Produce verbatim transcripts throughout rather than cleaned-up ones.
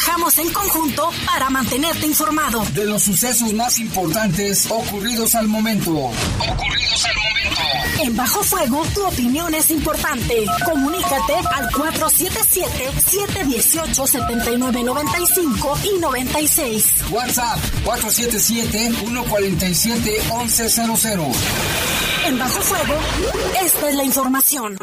Trabajamos en conjunto para mantenerte informado de los sucesos más importantes ocurridos al momento. Ocurridos al momento. En Bajo Fuego, tu opinión es importante. Comunícate al cuatro siete siete, siete uno ocho, siete nueve nueve cinco y noventa y seis. WhatsApp cuatro siete siete, uno cuatro siete, once cero cero. En Bajo Fuego, esta es la información.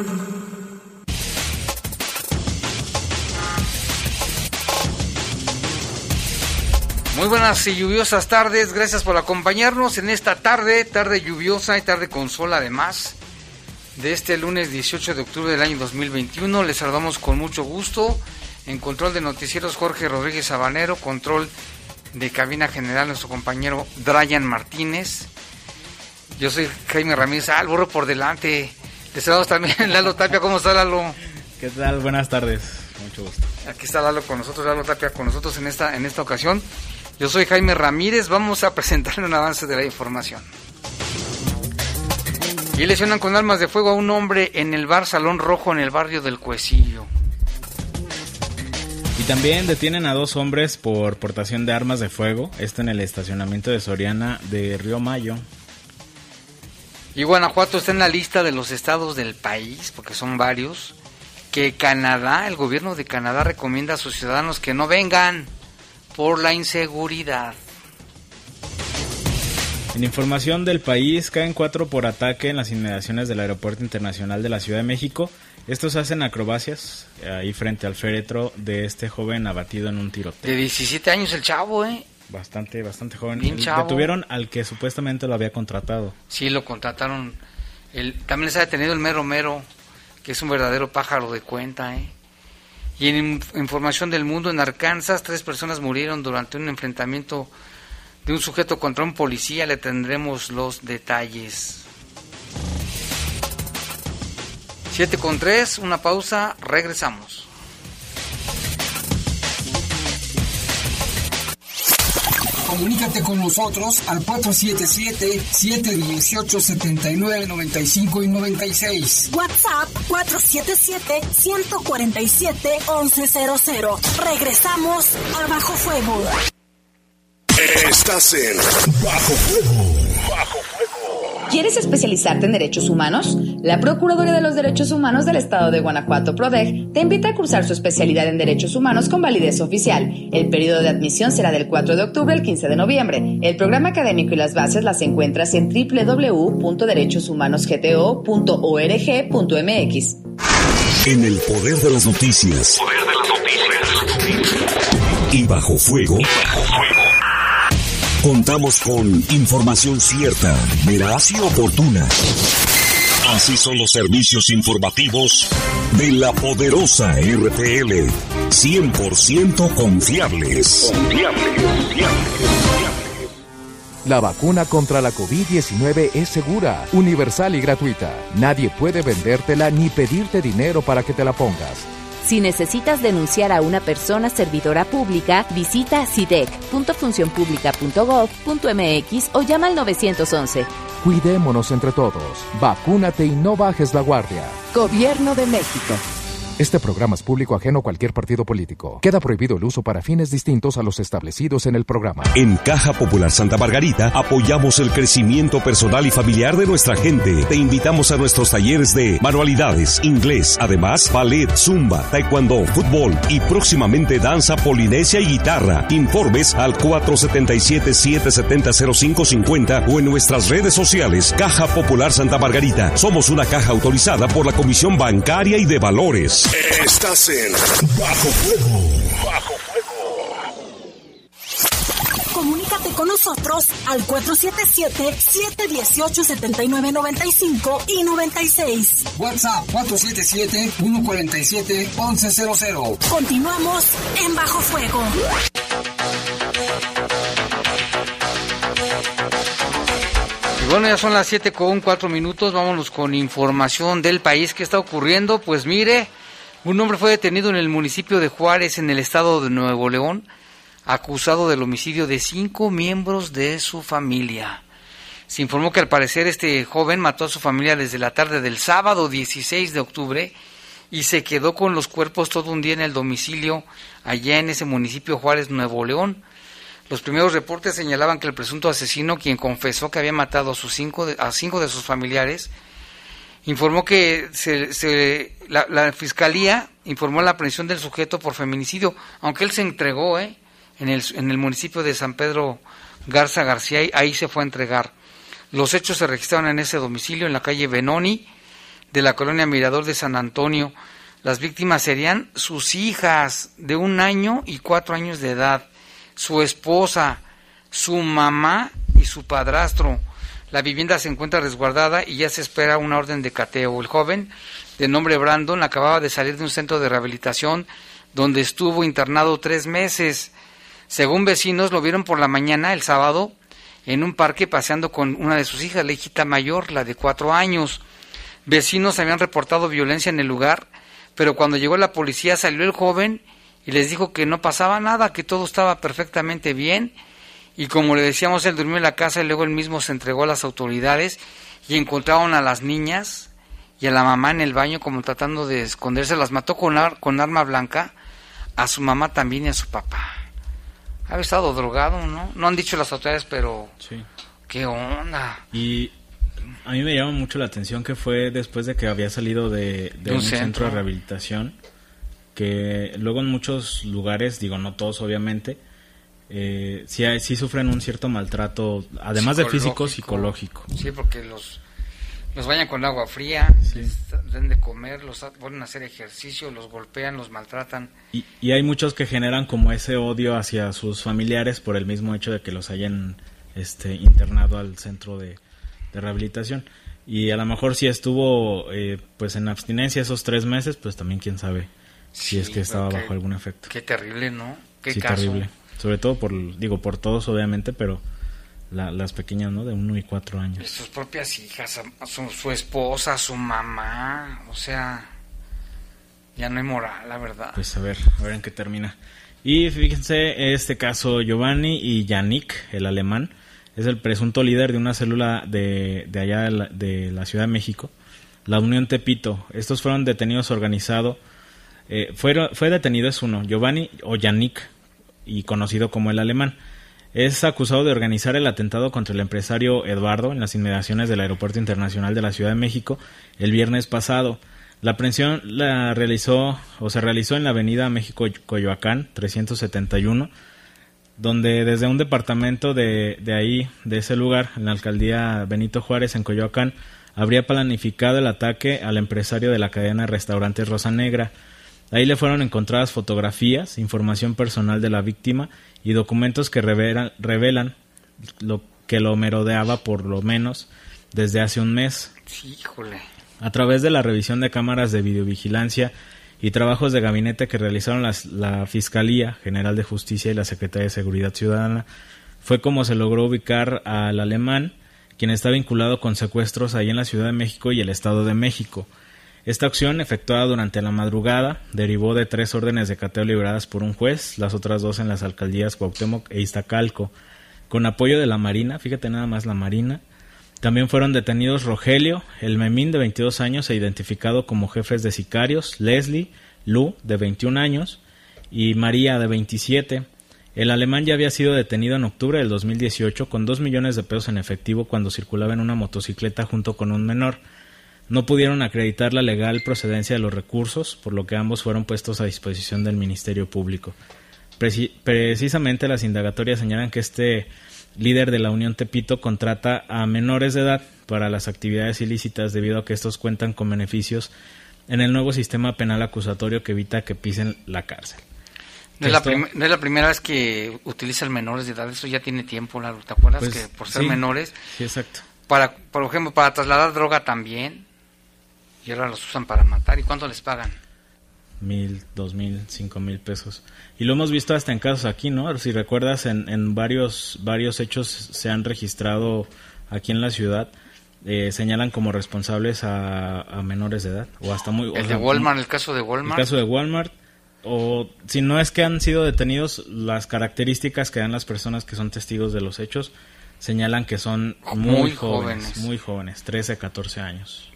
Muy buenas y lluviosas tardes, gracias por acompañarnos en esta tarde, tarde lluviosa y tarde con sol además, de este lunes dieciocho de octubre del año dos mil veintiuno. Les saludamos con mucho gusto, en control de noticieros Jorge Rodríguez Sabanero, control de cabina general nuestro compañero Brian Martínez. Yo soy Jaime Ramírez, ah, el burro por delante. Les saludamos también Lalo Tapia. ¿Cómo está, Lalo? ¿Qué tal? Buenas tardes, mucho gusto. Aquí está Lalo con nosotros, Lalo Tapia con nosotros en esta, en esta ocasión. Yo soy Jaime Ramírez, vamos a presentarle un avance de la información. Y lesionan con armas de fuego a un hombre en el bar Salón Rojo en el barrio del Cuecillo. Y también detienen a dos hombres por portación de armas de fuego, esto en el estacionamiento de Soriana de Río Mayo. Y Guanajuato está en la lista de los estados del país, porque son varios, que Canadá, el gobierno de Canadá recomienda a sus ciudadanos que no vengan por la inseguridad. En información del país, caen cuatro por ataque en las inmediaciones del Aeropuerto Internacional de la Ciudad de México. Estos hacen acrobacias ahí frente al féretro de este joven abatido en un tiroteo. De diecisiete años el chavo, ¿eh? Bastante, bastante joven. Bien chavo. Detuvieron al que supuestamente lo había contratado. Sí, lo contrataron. El, también les ha detenido el mero mero, que es un verdadero pájaro de cuenta, ¿eh? Y en información del mundo, en Arkansas, tres personas murieron durante un enfrentamiento de un sujeto contra un policía. Le tendremos los detalles. siete con tres, una pausa, regresamos. Comunícate con nosotros al cuatro siete siete, siete uno ocho, siete nueve nueve cinco y noventa y seis. WhatsApp cuatro siete siete, uno cuatro siete, once cero cero. Regresamos a Bajo Fuego. Estás en Bajo Fuego. Bajo Fuego. ¿Quieres especializarte en derechos humanos? La Procuraduría de los Derechos Humanos del Estado de Guanajuato, PRODEG, te invita a cursar su especialidad en derechos humanos con validez oficial. El periodo de admisión será del cuatro de octubre al quince de noviembre. El programa académico y las bases las encuentras en doble u doble u doble u punto derechos humanos g t o punto org punto m x. En el poder de las noticias. Poder de las noticias. Y Bajo Fuego. Y Bajo Fuego. Contamos con información cierta, veraz y oportuna. Así son los servicios informativos de la poderosa R T L. cien por ciento confiables. Confiables, confiables. La vacuna contra la covid diecinueve es segura, universal y gratuita. Nadie puede vendértela ni pedirte dinero para que te la pongas. Si necesitas denunciar a una persona servidora pública, visita sidec punto función pública punto gov punto m x o llama al nueve once. Cuidémonos entre todos. Vacúnate y no bajes la guardia. Gobierno de México. Este programa es público ajeno a cualquier partido político. Queda prohibido el uso para fines distintos a los establecidos en el programa. En Caja Popular Santa Margarita apoyamos el crecimiento personal y familiar de nuestra gente. Te invitamos a nuestros talleres de manualidades, inglés, además ballet, zumba, taekwondo, fútbol y próximamente danza polinesia y guitarra. Informes al cuatro siete siete, siete siete cero, cero cinco cinco cero o en nuestras redes sociales. Caja Popular Santa Margarita. Somos una caja autorizada por la Comisión Bancaria y de Valores. Estás en Bajo Fuego. Bajo Fuego. Comunícate con nosotros al cuatro siete siete, siete uno ocho, siete nueve nueve cinco y noventa y seis. WhatsApp cuatro siete siete, uno cuatro siete, once cero cero. Continuamos en Bajo Fuego. Y bueno, ya son las siete con cuatro minutos, vámonos con información del país. ¿Qué está ocurriendo? Pues mire, un hombre fue detenido en el municipio de Juárez, en el estado de Nuevo León, acusado del homicidio de cinco miembros de su familia. Se informó que al parecer este joven mató a su familia desde la tarde del sábado dieciséis de octubre y se quedó con los cuerpos todo un día en el domicilio allá en ese municipio Juárez, Nuevo León. Los primeros reportes señalaban que el presunto asesino, quien confesó que había matado a, sus cinco, de, a cinco de sus familiares, informó que se, se, la, la fiscalía informó la aprehensión del sujeto por feminicidio, aunque él se entregó ¿eh? en, el, en el municipio de San Pedro Garza García, ahí se fue a entregar. Los hechos se registraron en ese domicilio, en la calle Benoni, de la colonia Mirador de San Antonio. Las víctimas serían sus hijas de un año y cuatro años de edad, su esposa, su mamá y su padrastro. La vivienda se encuentra resguardada y ya se espera una orden de cateo. El joven, de nombre Brandon, acababa de salir de un centro de rehabilitación donde estuvo internado tres meses. Según vecinos, lo vieron por la mañana el sábado en un parque paseando con una de sus hijas, la hijita mayor, la de cuatro años. Vecinos habían reportado violencia en el lugar, pero cuando llegó la policía salió el joven y les dijo que no pasaba nada, que todo estaba perfectamente bien, y como le decíamos, él durmió en la casa y luego él mismo se entregó a las autoridades y encontraron a las niñas y a la mamá en el baño como tratando de esconderse. Las mató con, ar- con arma blanca, a su mamá también y a su papá. Había estado drogado, ¿no? No han dicho las autoridades, pero... Sí. ¿Qué onda? Y a mí me llama mucho la atención que fue después de que había salido de, de, de un, un centro. centro de rehabilitación, que luego en muchos lugares, digo, no todos obviamente, eh, sí, hay, sí sufren un cierto maltrato, además de físico, psicológico. Sí, porque los, los bañan con agua fría, sí. Les dan de comer, los ponen a hacer ejercicio, los golpean, los maltratan. Y, y hay muchos que generan como ese odio hacia sus familiares por el mismo hecho de que los hayan este, internado al centro de, de rehabilitación. Y a lo mejor si estuvo eh, pues en abstinencia esos tres meses, pues también quién sabe si sí, es que estaba bajo algún efecto. Qué terrible, ¿no? Qué sí, caso. Terrible. Sobre todo por, digo, por todos obviamente, pero la, las pequeñas, ¿no? De uno y cuatro años. Sus propias hijas, su, su esposa, su mamá, o sea, ya no hay moral, la verdad. Pues a ver, a ver en qué termina. Y fíjense, este caso, Giovanni y Yannick, el alemán, es el presunto líder de una célula de, de allá de la, de la Ciudad de México, la Unión Tepito. Estos fueron detenidos organizado, eh, fue, fue detenido es uno, Giovanni o Yannick, y conocido como el alemán. Es acusado de organizar el atentado contra el empresario Eduardo en las inmediaciones del Aeropuerto Internacional de la Ciudad de México el viernes pasado. La aprehensión la realizó o se realizó en la avenida México-Coyoacán trescientos setenta y uno, donde desde un departamento de, de ahí, de ese lugar, en la alcaldía Benito Juárez, en Coyoacán, habría planificado el ataque al empresario de la cadena de restaurantes Rosa Negra. Ahí le fueron encontradas fotografías, información personal de la víctima y documentos que revelan, revelan lo que lo merodeaba por lo menos desde hace un mes. Sí, híjole. A través de la revisión de cámaras de videovigilancia y trabajos de gabinete que realizaron las, la Fiscalía General de Justicia y la Secretaría de Seguridad Ciudadana, fue como se logró ubicar al alemán, quien está vinculado con secuestros ahí en la Ciudad de México y el Estado de México. Esta acción, efectuada durante la madrugada, derivó de tres órdenes de cateo liberadas por un juez, las otras dos en las alcaldías Cuauhtémoc e Iztacalco, con apoyo de la Marina, fíjate nada más la Marina. También fueron detenidos Rogelio, el Memín de veintidós años e identificado como jefes de sicarios, Leslie, Lu de veintiún años y María de veintisiete. El alemán ya había sido detenido en octubre del dos mil dieciocho con dos millones de pesos en efectivo cuando circulaba en una motocicleta junto con un menor. No pudieron acreditar la legal procedencia de los recursos, por lo que ambos fueron puestos a disposición del Ministerio Público. Preci- precisamente las indagatorias señalan que este líder de la Unión Tepito contrata a menores de edad para las actividades ilícitas debido a que estos cuentan con beneficios en el nuevo sistema penal acusatorio que evita que pisen la cárcel. No es, la prim- no es la primera vez que utilizan menores de edad, eso ya tiene tiempo, Lalo. ¿Te acuerdas pues, que por ser sí, menores? Sí, exacto. Para, por ejemplo, para trasladar droga también, y ahora los usan para matar. ¿Y cuánto les pagan? Mil, dos mil, cinco mil pesos. Y lo hemos visto hasta en casos aquí, ¿no? Si recuerdas, en, en varios, varios hechos se han registrado aquí en la ciudad. Eh, señalan como responsables a, a menores de edad. O hasta muy... El o de sea, Walmart, el caso de Walmart. El caso de Walmart. O si no es que han sido detenidos, las características que dan las personas que son testigos de los hechos señalan que son muy, muy jóvenes, jóvenes, muy jóvenes, trece, catorce años.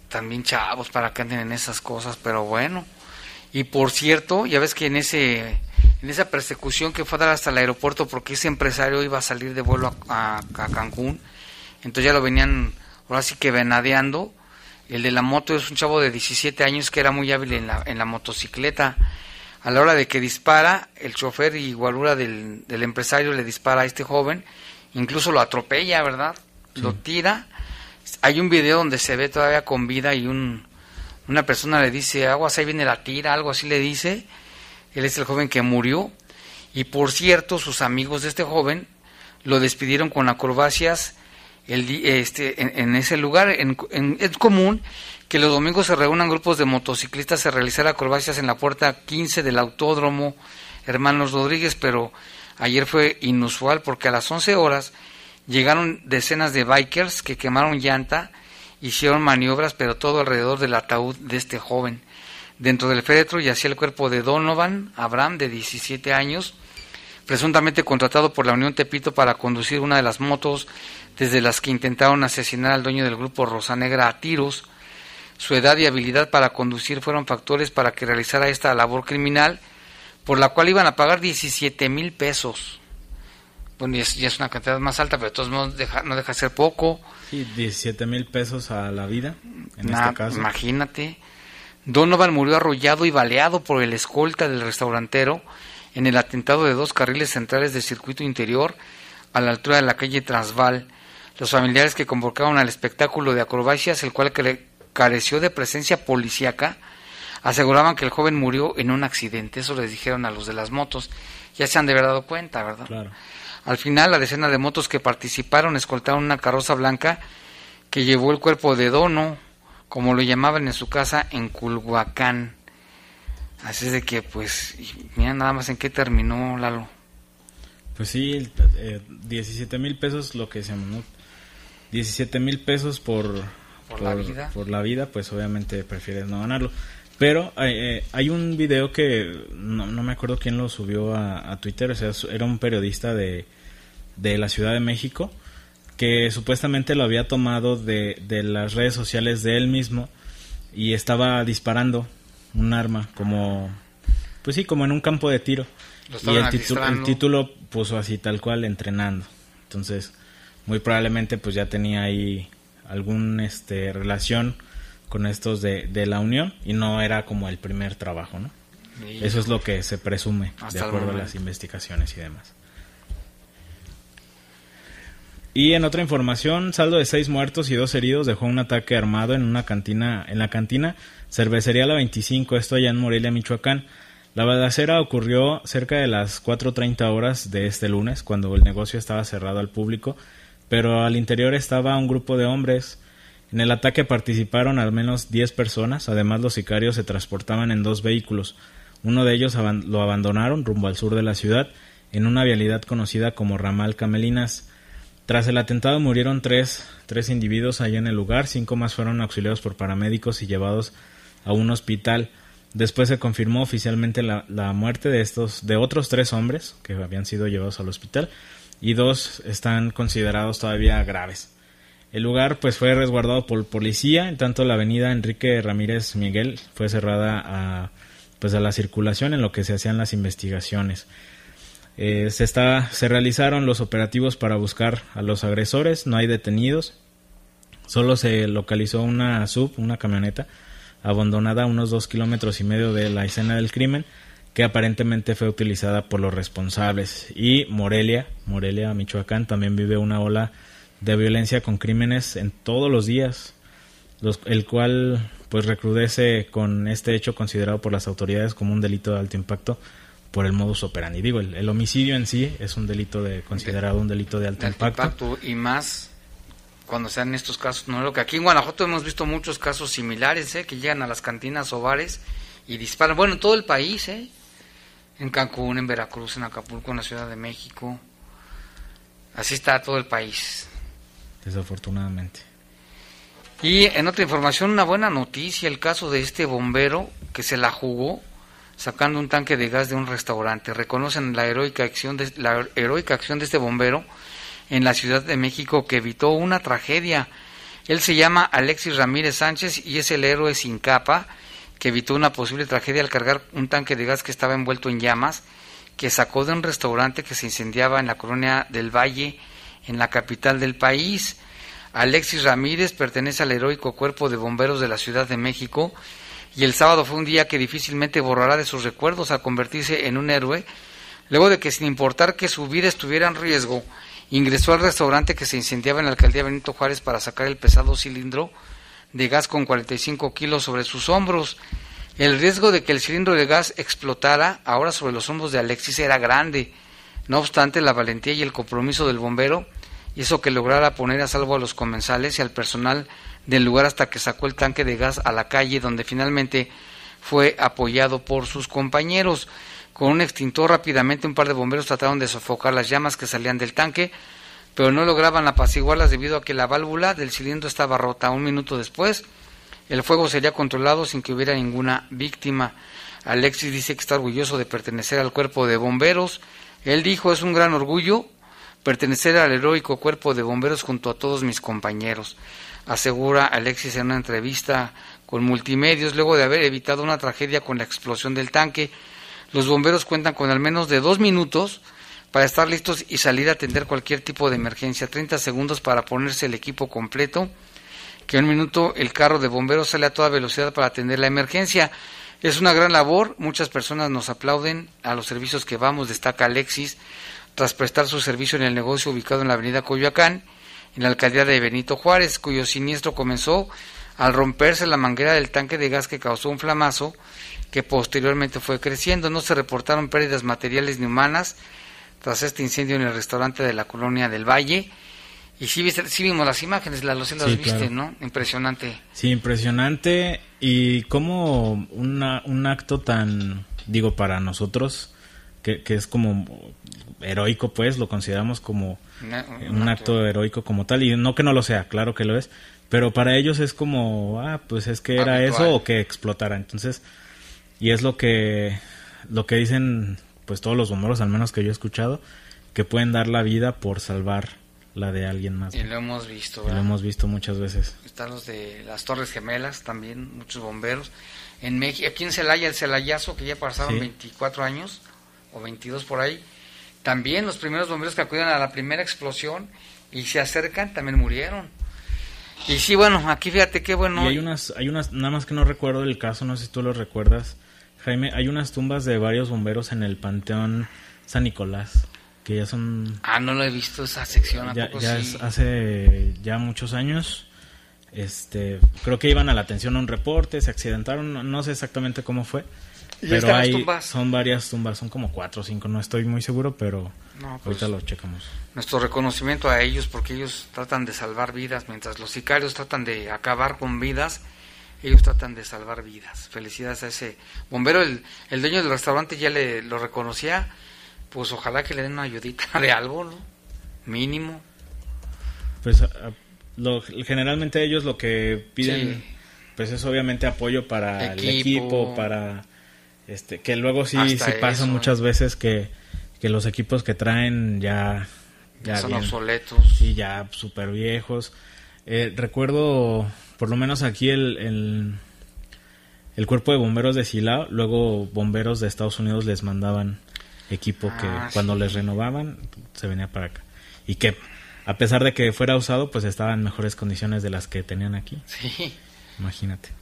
también chavos para que anden en esas cosas, pero bueno. Y por cierto, ya ves que en ese en esa persecución que fue a dar hasta el aeropuerto porque ese empresario iba a salir de vuelo a, a, a Cancún, entonces ya lo venían ahora sí que venadeando. El de la moto es un chavo de diecisiete años que era muy hábil en la, en la motocicleta. A la hora de que dispara, el chofer y guarura del, del empresario le dispara a este joven, incluso lo atropella, ¿verdad? Sí. Lo tira. Hay un video donde se ve todavía con vida y un una persona le dice, aguas, ahí viene la tira, algo así le dice. Él es el joven que murió. Y por cierto, sus amigos de este joven lo despidieron con acrobacias el, este, en, en ese lugar. En, en, es común que los domingos se reúnan grupos de motociclistas a realizar acrobacias en la puerta quince del Autódromo Hermanos Rodríguez, pero ayer fue inusual porque a las once horas llegaron decenas de bikers que quemaron llanta, hicieron maniobras, pero todo alrededor del ataúd de este joven. Dentro del féretro yacía el cuerpo de Donovan Abraham, de diecisiete años, presuntamente contratado por la Unión Tepito para conducir una de las motos desde las que intentaron asesinar al dueño del grupo Rosa Negra a tiros. Su edad y habilidad para conducir fueron factores para que realizara esta labor criminal, por la cual iban a pagar diecisiete mil pesos. Bueno, ya es, ya es una cantidad más alta, pero de todos modos deja, no deja de ser poco. Sí, diecisiete mil pesos a la vida, en Nah, este caso. Imagínate. Donovan murió arrollado y baleado por el escolta del restaurantero en el atentado de dos carriles centrales del circuito interior a la altura de la calle Transvaal. Los familiares que convocaron al espectáculo de acrobacias, el cual careció de presencia policíaca, aseguraban que el joven murió en un accidente. Eso les dijeron a los de las motos. Ya se han de haber dado cuenta, ¿verdad? Claro. Al final, la decena de motos que participaron escoltaron una carroza blanca que llevó el cuerpo de Dono, como lo llamaban en su casa en Culhuacán. Así es de que, pues, mira nada más en qué terminó, Lalo. Pues sí, eh, diecisiete mil pesos lo que decíamos, ¿no? diecisiete mil pesos por, por, por, la vida. por la vida, pues obviamente prefieres no ganarlo. Pero eh, hay un video que no, no me acuerdo quién lo subió a, a Twitter, o sea, era un periodista de, de la Ciudad de México que supuestamente lo había tomado de, de las redes sociales de él mismo y estaba disparando un arma como, pues sí, como en un campo de tiro. Y el, titu- el título puso así tal cual, entrenando. Entonces, muy probablemente pues ya tenía ahí algún este relación con estos de, de la Unión y no era como el primer trabajo, ¿no? Sí. Eso es lo que se presume, hasta de acuerdo a las investigaciones y demás. Y en otra información, saldo de seis muertos y dos heridos dejó un ataque armado en una cantina, en la cantina Cervecería La veinticinco, esto allá en Morelia, Michoacán. La balacera ocurrió cerca de las cuatro treinta horas de este lunes, cuando el negocio estaba cerrado al público, pero al interior estaba un grupo de hombres. En el ataque participaron al menos diez personas, además los sicarios se transportaban en dos vehículos. Uno de ellos aban- lo abandonaron rumbo al sur de la ciudad, en una vialidad conocida como Ramal Camelinas. Tras el atentado murieron tres, tres individuos allá en el lugar, cinco más fueron auxiliados por paramédicos y llevados a un hospital. Después se confirmó oficialmente la, la muerte de estos, de otros tres hombres que habían sido llevados al hospital y dos están considerados todavía graves. El lugar pues fue resguardado por policía, en tanto la avenida Enrique Ramírez Miguel fue cerrada a, pues a la circulación en lo que se hacían las investigaciones. Eh, se, está, se realizaron los operativos para buscar a los agresores, no hay detenidos, solo se localizó una sub, una camioneta abandonada a unos dos kilómetros y medio de la escena del crimen, que aparentemente fue utilizada por los responsables. Y Morelia, Morelia, Michoacán, también vive una ola de violencia con crímenes en todos los días, los, el cual pues recrudece con este hecho considerado por las autoridades como un delito de alto impacto por el modus operandi. Digo, el, el homicidio en sí es un delito de considerado un delito de alto, de alto impacto. impacto. Y más cuando sean estos casos, no lo que aquí en Guanajuato hemos visto muchos casos similares, ¿eh? Que llegan a las cantinas o bares y disparan. Bueno, en todo el país, ¿eh? En Cancún, en Veracruz, en Acapulco, en la Ciudad de México. Así está todo el país. Desafortunadamente. Y en otra información, una buena noticia, el caso de este bombero que se la jugó sacando un tanque de gas de un restaurante. Reconocen la heroica acción de, la heroica acción de este bombero en la Ciudad de México, que evitó una tragedia. Él se llama Alexis Ramírez Sánchez y es el héroe sin capa que evitó una posible tragedia al cargar un tanque de gas que estaba envuelto en llamas, que sacó de un restaurante que se incendiaba en la colonia del Valle, en la capital del país. Alexis Ramírez pertenece al heroico Cuerpo de Bomberos de la Ciudad de México y el sábado fue un día que difícilmente borrará de sus recuerdos al convertirse en un héroe, luego de que, sin importar que su vida estuviera en riesgo, ingresó al restaurante que se incendiaba en la alcaldía Benito Juárez para sacar el pesado cilindro de gas con cuarenta y cinco kilos sobre sus hombros. El riesgo de que el cilindro de gas explotara ahora sobre los hombros de Alexis era grande. No obstante, la valentía y el compromiso del bombero hizo que lograra poner a salvo a los comensales y al personal del lugar hasta que sacó el tanque de gas a la calle, donde finalmente fue apoyado por sus compañeros. Con un extintor rápidamente un par de bomberos trataron de sofocar las llamas que salían del tanque, pero no lograban apaciguarlas debido a que la válvula del cilindro estaba rota. Un minuto después, el fuego sería controlado sin que hubiera ninguna víctima. Alexis dice que está orgulloso de pertenecer al cuerpo de bomberos. Él dijo: es un gran orgullo pertenecer al heroico cuerpo de bomberos junto a todos mis compañeros, asegura Alexis en una entrevista con Multimedios, luego de haber evitado una tragedia con la explosión del tanque. Los bomberos cuentan con al menos de dos minutos para estar listos y salir a atender cualquier tipo de emergencia, treinta segundos para ponerse el equipo completo, que en un minuto el carro de bomberos sale a toda velocidad para atender la emergencia. Es una gran labor, muchas personas nos aplauden a los servicios que vamos, destaca Alexis, tras prestar su servicio en el negocio ubicado en la avenida Coyoacán, en la alcaldía de Benito Juárez, cuyo siniestro comenzó al romperse la manguera del tanque de gas que causó un flamazo que posteriormente fue creciendo. No se reportaron pérdidas materiales ni humanas tras este incendio en el restaurante de la colonia del Valle. Y sí, viste, sí vimos las imágenes, las, las sí, viste, claro. ¿no? Impresionante. Sí, impresionante. Y como una, un acto tan, digo, para nosotros, que, que es como heroico, pues, lo consideramos como Una, un, un acto, acto heroico como tal. Y no que no lo sea, claro que lo es. Pero para ellos es como, ah, pues es que era habitual. Eso o que explotara. Entonces, y es lo que, lo que dicen, pues, todos los bomberos, al menos que yo he escuchado, que pueden dar la vida por salvar la de alguien más. Y lo hemos visto, ¿verdad? Lo hemos visto muchas veces. Están los de las Torres Gemelas también, muchos bomberos. En México, aquí en Celaya, el Celayazo, que ya pasaron sí. veinticuatro años, o veintidós por ahí. También los primeros bomberos que acudieron a la primera explosión y se acercan, también murieron. Y sí, bueno, aquí fíjate qué bueno. Y hay unas, hay unas, nada más que no recuerdo el caso, no sé si tú lo recuerdas, Jaime, hay unas tumbas de varios bomberos en el Panteón San Nicolás, que ya son... Ah, no lo he visto esa sección. ¿A ya poco ya sí? es hace ya muchos años, este, creo que iban a la atención a un reporte, se accidentaron, no, no sé exactamente cómo fue, pero hay, son varias tumbas, son como cuatro o cinco, no estoy muy seguro, pero no, pues, ahorita lo checamos. Nuestro reconocimiento a ellos, porque ellos tratan de salvar vidas, mientras los sicarios tratan de acabar con vidas, ellos tratan de salvar vidas. Felicidades a ese bombero, el, el dueño del restaurante ya le lo reconocía, pues ojalá que le den una ayudita de algo, ¿no? Mínimo. Pues a, a, lo, generalmente ellos lo que piden, sí. pues es obviamente apoyo para equipo. el equipo, para... Este, que luego sí, sí pasa muchas veces que, que los equipos que traen ya, ya son bien, obsoletos y ya súper viejos. Eh, recuerdo, por lo menos aquí el, el, el cuerpo de bomberos de Silao, luego bomberos de Estados Unidos les mandaban equipo que ah, cuando sí. les renovaban se venía para acá. Y que a pesar de que fuera usado, pues estaba en mejores condiciones de las que tenían aquí. Sí. Imagínate.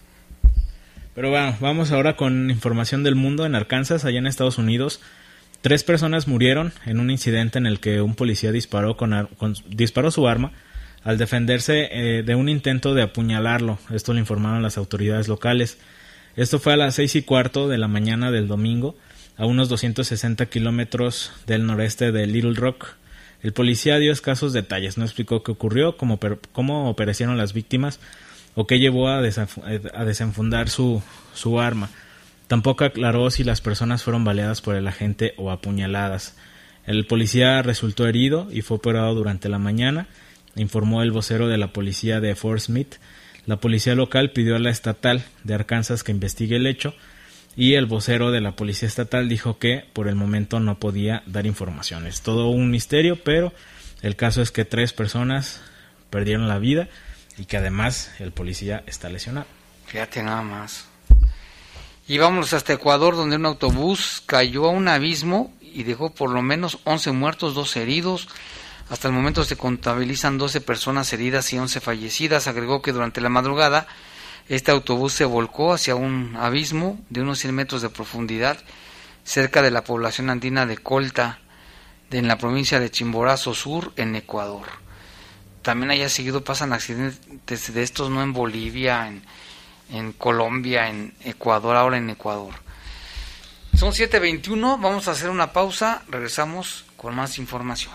Pero bueno, vamos ahora con información del mundo. En Arkansas, allá en Estados Unidos, tres personas murieron en un incidente en el que un policía disparó con, ar- con disparó su arma al defenderse eh, de un intento de apuñalarlo. Esto lo informaron las autoridades locales. Esto fue a las seis y cuarto de la mañana del domingo, a unos doscientos sesenta kilómetros del noreste de Little Rock. El policía dio escasos detalles, no explicó qué ocurrió, cómo, per- cómo perecieron las víctimas o qué llevó a, desaf- a desenfundar su, su arma. Tampoco aclaró si las personas fueron baleadas por el agente o apuñaladas. El policía resultó herido y fue operado durante la mañana, informó el vocero de la policía de Fort Smith. La policía local pidió a la estatal de Arkansas que investigue el hecho y el vocero de la policía estatal dijo que por el momento no podía dar información. Es todo un misterio, pero el caso es que tres personas perdieron la vida y que además el policía está lesionado. Fíjate nada más. Y vámonos hasta Ecuador, donde un autobús cayó a un abismo y dejó por lo menos once muertos, dos heridos. Hasta el momento se contabilizan doce personas heridas y once fallecidas. Agregó que durante la madrugada este autobús se volcó hacia un abismo de unos cien metros de profundidad cerca de la población andina de Colta, en la provincia de Chimborazo Sur, en Ecuador. También allá seguido pasan accidentes de estos, no en Bolivia, en, en Colombia, en Ecuador, ahora en Ecuador. Son siete veintiuno, vamos a hacer una pausa, regresamos con más información.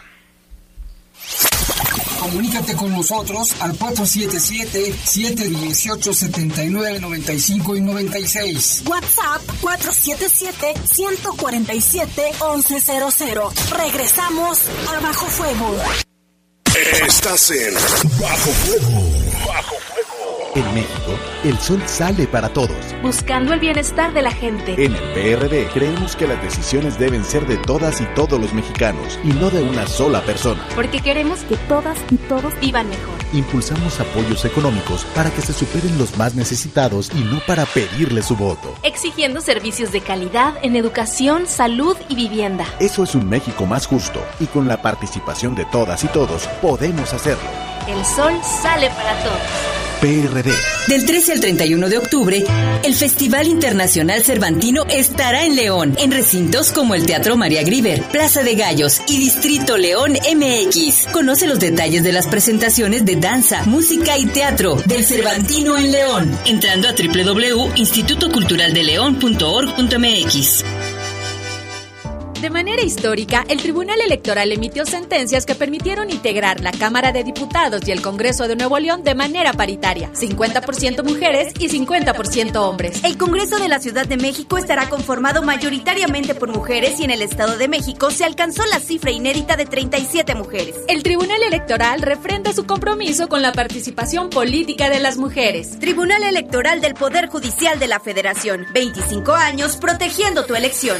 Comunícate con nosotros al cuatro siete siete, siete uno ocho, siete nueve nueve cinco y noventa y seis. WhatsApp cuatro siete siete, uno cuatro siete, once cero cero. Regresamos a Bajo Fuego. Estás en Bajo Fuego. Bajo Fuego. En México, el sol sale para todos. Buscando el bienestar de la gente. En el P R D creemos que las decisiones deben ser de todas y todos los mexicanos y no de una sola persona. Porque queremos que todas y todos vivan mejor. Impulsamos apoyos económicos para que se superen los más necesitados y no para pedirle su voto. Exigiendo servicios de calidad en educación, salud y vivienda. Eso es un México más justo y con la participación de todas y todos podemos hacerlo. El sol sale para todos. P R D. Del trece al treinta y uno de octubre, el Festival Internacional Cervantino estará en León, en recintos como el Teatro María Grieber, Plaza de Gallos y Distrito León M X. Conoce los detalles de las presentaciones de danza, música y teatro del Cervantino en León, entrando a doble u doble u doble u punto instituto cultural de león punto org punto m x. De manera histórica, el Tribunal Electoral emitió sentencias que permitieron integrar la Cámara de Diputados y el Congreso de Nuevo León de manera paritaria, cincuenta por ciento mujeres y cincuenta por ciento hombres. El Congreso de la Ciudad de México estará conformado mayoritariamente por mujeres y en el Estado de México se alcanzó la cifra inédita de treinta y siete mujeres. El Tribunal Electoral refrenda su compromiso con la participación política de las mujeres. Tribunal Electoral del Poder Judicial de la Federación, veinticinco años protegiendo tu elección.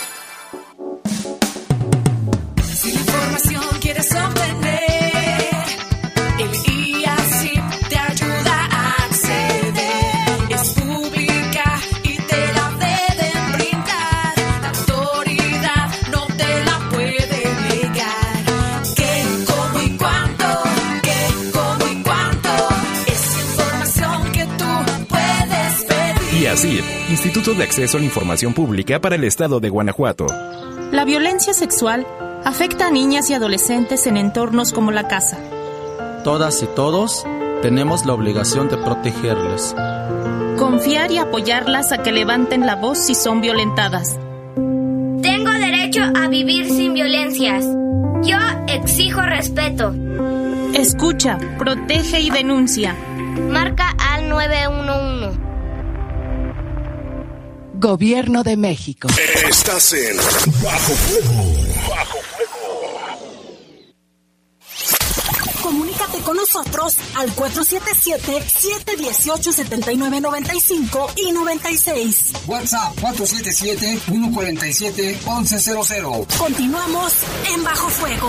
Si la información quieres obtener, el I A C I P te ayuda a acceder. Es pública y te la deben brindar. La autoridad no te la puede negar. ¿Qué, cómo y cuánto? ¿Qué, cómo y cuánto? Es información que tú puedes pedir. I A C I P, Instituto de Acceso a la Información Pública para el Estado de Guanajuato. La violencia sexual afecta a niñas y adolescentes en entornos como la casa. Todas y todos tenemos la obligación de protegerles. Confiar y apoyarlas a que levanten la voz si son violentadas. Tengo derecho a vivir sin violencias. Yo exijo respeto. Escucha, protege y denuncia. Marca al nueve uno uno. Gobierno de México. Estás en Bajo Fuego. Bajo Fuego. Comunícate con nosotros al cuatro siete siete, siete uno ocho, siete nueve nueve cinco y noventa y seis. WhatsApp cuatro siete siete, uno cuatro siete, once cero cero. Continuamos en Bajo Fuego.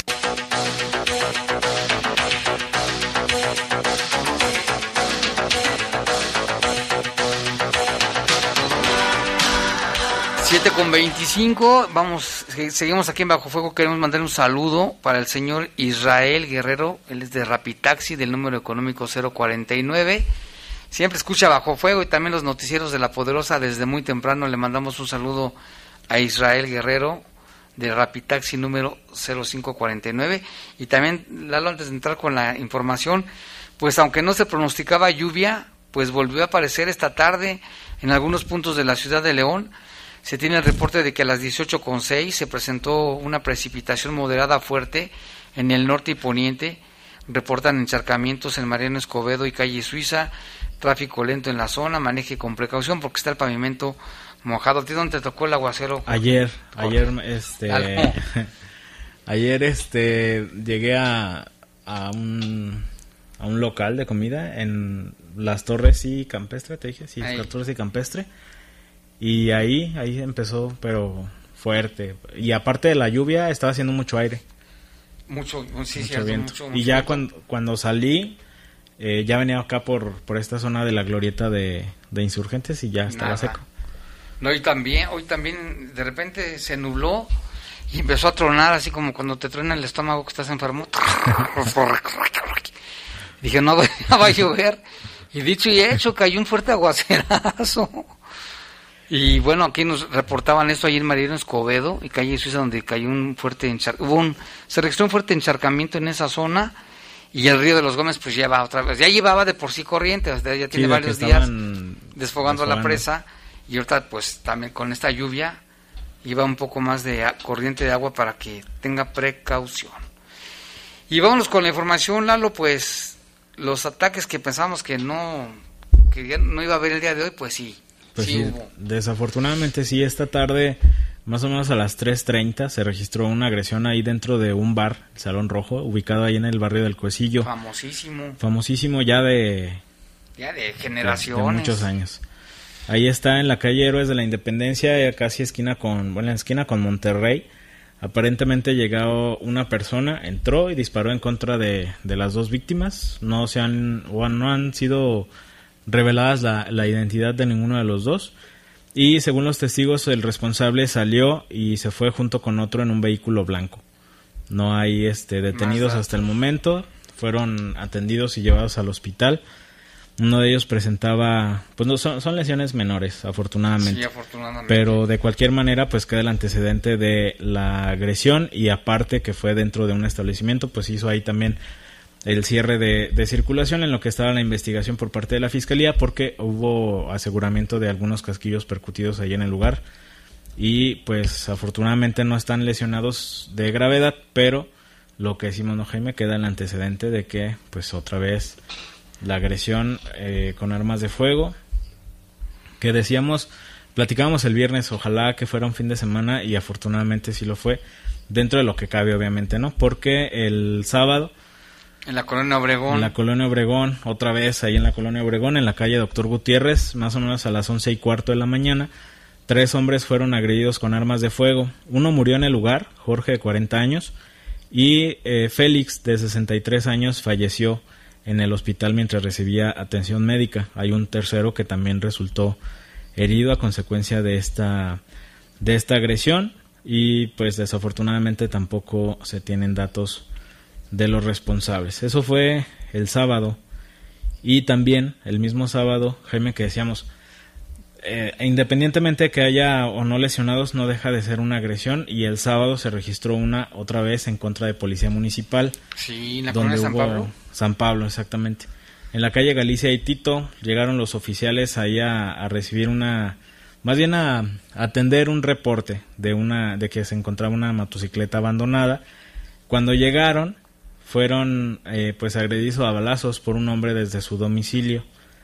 siete con veinticinco, vamos, seguimos aquí en Bajo Fuego. Queremos mandar un saludo para el señor Israel Guerrero, él es de Rapitaxi, del número económico cero cuarenta y nueve. Siempre escucha Bajo Fuego y también los noticieros de La Poderosa desde muy temprano. Le mandamos un saludo a Israel Guerrero de Rapitaxi número cero cinco cuarenta y nueve. Y también, Lalo, antes de entrar con la información, pues aunque no se pronosticaba lluvia, pues volvió a aparecer esta tarde en algunos puntos de la ciudad de León. Se tiene el reporte de que a las dieciocho con seis se presentó una precipitación moderada fuerte en el norte y poniente. Reportan encharcamientos en Mariano Escobedo y calle Suiza, tráfico lento en la zona, maneje con precaución porque está el pavimento mojado. ¿A ti dónde te tocó el aguacero? Ayer, ayer, este, ayer, este, llegué a, a un, a un local de comida en Las Torres y Campestre, te dije, sí, ahí. Las Torres y Campestre. Y ahí, ahí empezó, pero fuerte. Y aparte de la lluvia, estaba haciendo mucho aire. Mucho, sí, mucho cierto, viento. Mucho, y mucho ya viento. cuando, cuando salí, eh, ya venía acá por, por esta zona de la glorieta de, de Insurgentes y ya estaba Nada. seco. No, hoy también, hoy también de repente se nubló y empezó a tronar así como cuando te truena el estómago que estás enfermo. Dije, no, ya va a llover. Y dicho y hecho, cayó un fuerte aguacerazo. Y bueno, aquí nos reportaban esto ayer en Mariano Escobedo y calle Suiza, donde cayó un fuerte enchar... hubo un se registró un fuerte encharcamiento en esa zona. Y el río de los Gómez pues lleva otra vez, ya llevaba de por sí corriente, o sea, ya tiene Sí, varios días desfogando, desfogando la presa, y ahorita pues también con esta lluvia iba un poco más de a, corriente de agua para que tenga precaución. Y vámonos con la información, Lalo, pues los ataques que pensábamos que no que ya no iba a haber el día de hoy, pues sí, pues sí, sí hubo. Desafortunadamente sí, esta tarde más o menos a las tres treinta se registró una agresión ahí dentro de un bar, el Salón Rojo, ubicado ahí en el barrio del Cuecillo. Famosísimo. Famosísimo ya de... Ya de generaciones. De, de muchos años. Ahí está en la calle Héroes de la Independencia, casi esquina con... Bueno, en esquina con Monterrey. Aparentemente llegó una persona, entró y disparó en contra de, de las dos víctimas. No se han... o no han sido reveladas la, la identidad de ninguno de los dos. Y según los testigos, el responsable salió y se fue junto con otro en un vehículo blanco. No hay este detenidos hasta el momento. Fueron atendidos y llevados al hospital. Uno de ellos presentaba, pues no son, son lesiones menores, afortunadamente. Sí, afortunadamente. Pero de cualquier manera, pues queda el antecedente de la agresión y aparte que fue dentro de un establecimiento, pues hizo ahí también el cierre de, de circulación en lo que estaba la investigación por parte de la Fiscalía, porque hubo aseguramiento de algunos casquillos percutidos ahí en el lugar y pues afortunadamente no están lesionados de gravedad, pero lo que decimos, no, Jaime, queda el antecedente de que pues otra vez la agresión eh, con armas de fuego, que decíamos, platicábamos el viernes, ojalá que fuera un fin de semana y afortunadamente sí lo fue, dentro de lo que cabe obviamente, ¿no? Porque el sábado en la colonia Obregón. En la colonia Obregón, otra vez ahí en la colonia Obregón, en la calle Doctor Gutiérrez, más o menos a las once y cuarto de la mañana, tres hombres fueron agredidos con armas de fuego. Uno murió en el lugar, Jorge de cuarenta años, y eh, Félix de sesenta y tres años falleció en el hospital mientras recibía atención médica. Hay un tercero que también resultó herido a consecuencia de esta, de esta agresión y pues desafortunadamente tampoco se tienen datos de los responsables. Eso fue el sábado y también el mismo sábado, Jaime, que decíamos eh, independientemente de que haya o no lesionados, no deja de ser una agresión y el sábado se registró una otra vez en contra de Policía Municipal. Sí, en la donde colonia San hubo, Pablo. San Pablo, exactamente. En la calle Galicia y Tito llegaron los oficiales ahí a, a recibir una, más bien a, a atender un reporte de una de que se encontraba una motocicleta abandonada. Cuando llegaron fueron eh, pues agredidos a balazos por un hombre desde su domicilio.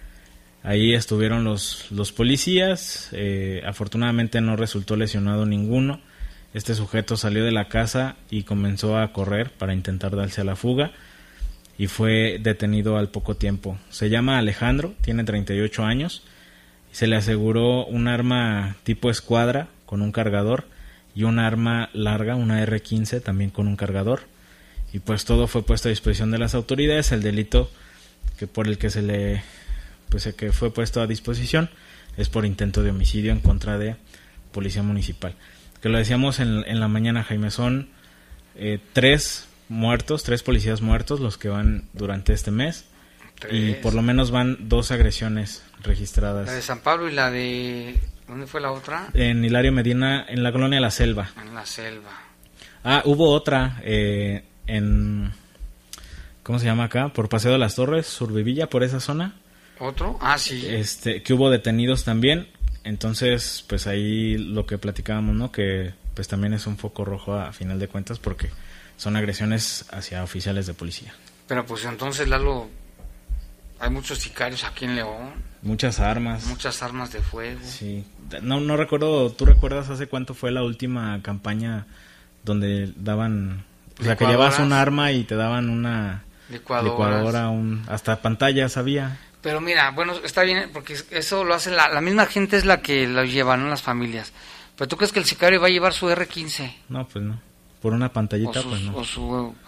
Ahí estuvieron los, los policías, eh, afortunadamente no resultó lesionado ninguno. Este sujeto salió de la casa y comenzó a correr para intentar darse a la fuga y fue detenido al poco tiempo. Se llama Alejandro, tiene treinta y ocho años, y se le aseguró un arma tipo escuadra con un cargador y un arma larga, una erre quince también con un cargador. Y pues todo fue puesto a disposición de las autoridades. El delito que por el que se le pues el que fue puesto a disposición es por intento de homicidio en contra de Policía Municipal. Que lo decíamos en, en la mañana, Jaime, son eh, tres muertos, tres policías muertos los que van durante este mes. Tres. Y por lo menos van dos agresiones registradas. La de San Pablo y la de... ¿Dónde fue la otra? En Hilario Medina, en la colonia La Selva. En La Selva. Ah, hubo otra eh, en... ¿Cómo se llama acá? Por Paseo de las Torres, Survivilla, por esa zona. ¿Otro? Ah, sí. Este, que hubo detenidos también. Entonces, pues ahí lo que platicábamos, ¿no? Que pues también es un foco rojo a final de cuentas porque son agresiones hacia oficiales de policía. Pero pues entonces, Lalo, hay muchos sicarios aquí en León. Muchas armas. Muchas armas de fuego. Sí. No, no recuerdo, ¿tú recuerdas hace cuánto fue la última campaña donde daban... O sea, que llevabas un arma y te daban una licuadora, un, hasta pantallas había. Pero mira, bueno, está bien, porque eso lo hace la, la misma gente, es la que lo llevan, ¿no? Las familias. Pero ¿tú crees que el sicario va a llevar su erre quince? No, pues no. Por una pantallita, sus, pues no. O su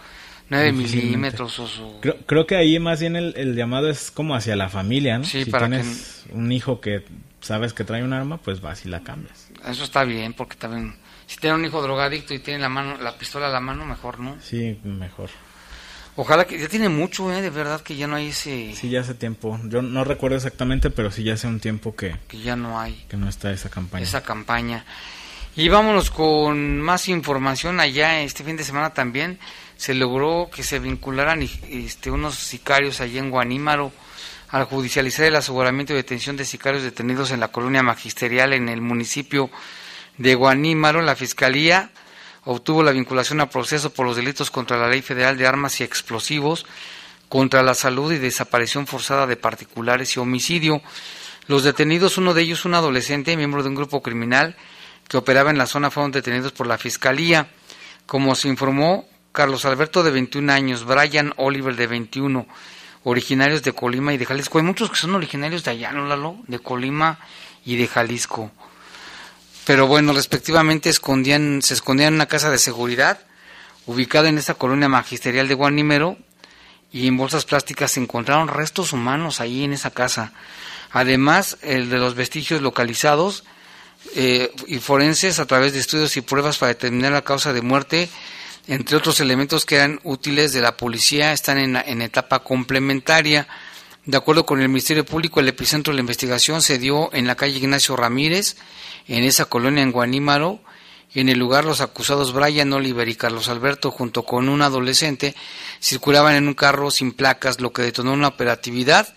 nueve milímetros o su... Creo, creo que ahí más bien el, el llamado es como hacia la familia, ¿no? Sí, si para tienes que... un hijo que sabes que trae un arma, pues vas y la cambias. Eso está bien, porque también si tiene un hijo drogadicto y tiene la mano, la pistola a la mano, mejor, ¿no? Sí, mejor. Ojalá que ya tiene mucho, ¿eh? De verdad que ya no hay ese... Sí, ya hace tiempo. Yo no recuerdo exactamente, pero sí ya hace un tiempo que... Que ya no hay. Que no está esa campaña. Esa campaña. Y vámonos con más información. Allá este fin de semana también se logró que se vincularan este, unos sicarios allá en Guanímaro al judicializar el aseguramiento y detención de sicarios detenidos en la colonia magisterial en el municipio de Guanímaro. La Fiscalía obtuvo la vinculación a proceso por los delitos contra la Ley Federal de Armas y Explosivos, contra la salud y desaparición forzada de particulares y homicidio. Los detenidos, uno de ellos un adolescente, miembro de un grupo criminal que operaba en la zona, fueron detenidos por la Fiscalía. Como se informó, Carlos Alberto de veintiún años, Brian Oliver de veintiuno, originarios de Colima y de Jalisco. Hay muchos que son originarios de allá, ¿no, Lalo? De Colima y de Jalisco. Pero bueno, respectivamente escondían, se escondían en una casa de seguridad ubicada en esta colonia magisterial de Guanímaro, y en bolsas plásticas se encontraron restos humanos ahí en esa casa. Además, el de los vestigios localizados eh, y forenses a través de estudios y pruebas para determinar la causa de muerte, entre otros elementos que eran útiles de la policía, están en, en etapa complementaria. De acuerdo con el Ministerio Público, el epicentro de la investigación se dio en la calle Ignacio Ramírez, en esa colonia en Guanímaro, y en el lugar los acusados Brian Oliver y Carlos Alberto, junto con un adolescente, circulaban en un carro sin placas, lo que detonó una operatividad,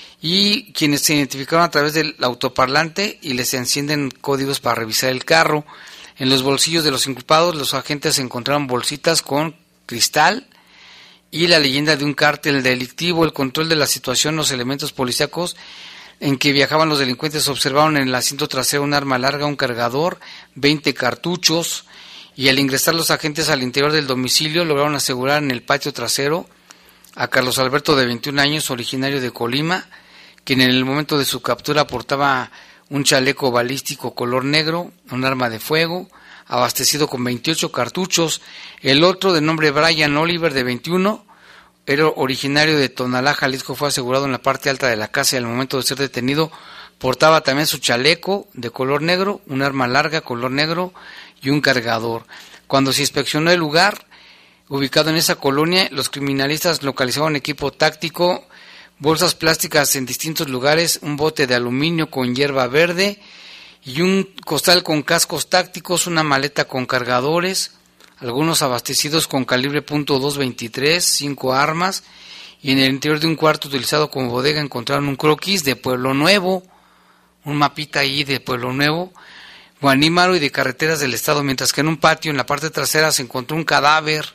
y quienes se identificaron a través del autoparlante y les encienden códigos para revisar el carro. En los bolsillos de los inculpados, los agentes encontraron bolsitas con cristal y la leyenda de un cártel delictivo. El control de la situación, los elementos policíacos en que viajaban los delincuentes observaron en el asiento trasero un arma larga, un cargador, veinte cartuchos, y al ingresar los agentes al interior del domicilio lograron asegurar en el patio trasero a Carlos Alberto de veintiún años, originario de Colima, quien en el momento de su captura portaba un chaleco balístico color negro, un arma de fuego, abastecido con veintiocho cartuchos. El otro, de nombre Brian Oliver de veintiuno, era originario de Tonalá, Jalisco, fue asegurado en la parte alta de la casa y al momento de ser detenido portaba también su chaleco de color negro, un arma larga color negro y un cargador. Cuando se inspeccionó el lugar, ubicado en esa colonia, los criminalistas localizaron equipo táctico, bolsas plásticas en distintos lugares, un bote de aluminio con hierba verde y un costal con cascos tácticos, una maleta con cargadores, algunos abastecidos con calibre punto dos veintitrés, cinco armas, y en el interior de un cuarto utilizado como bodega encontraron un croquis de Pueblo Nuevo, un mapita ahí de Pueblo Nuevo, Guanímaro y de carreteras del estado, mientras que en un patio en la parte trasera se encontró un cadáver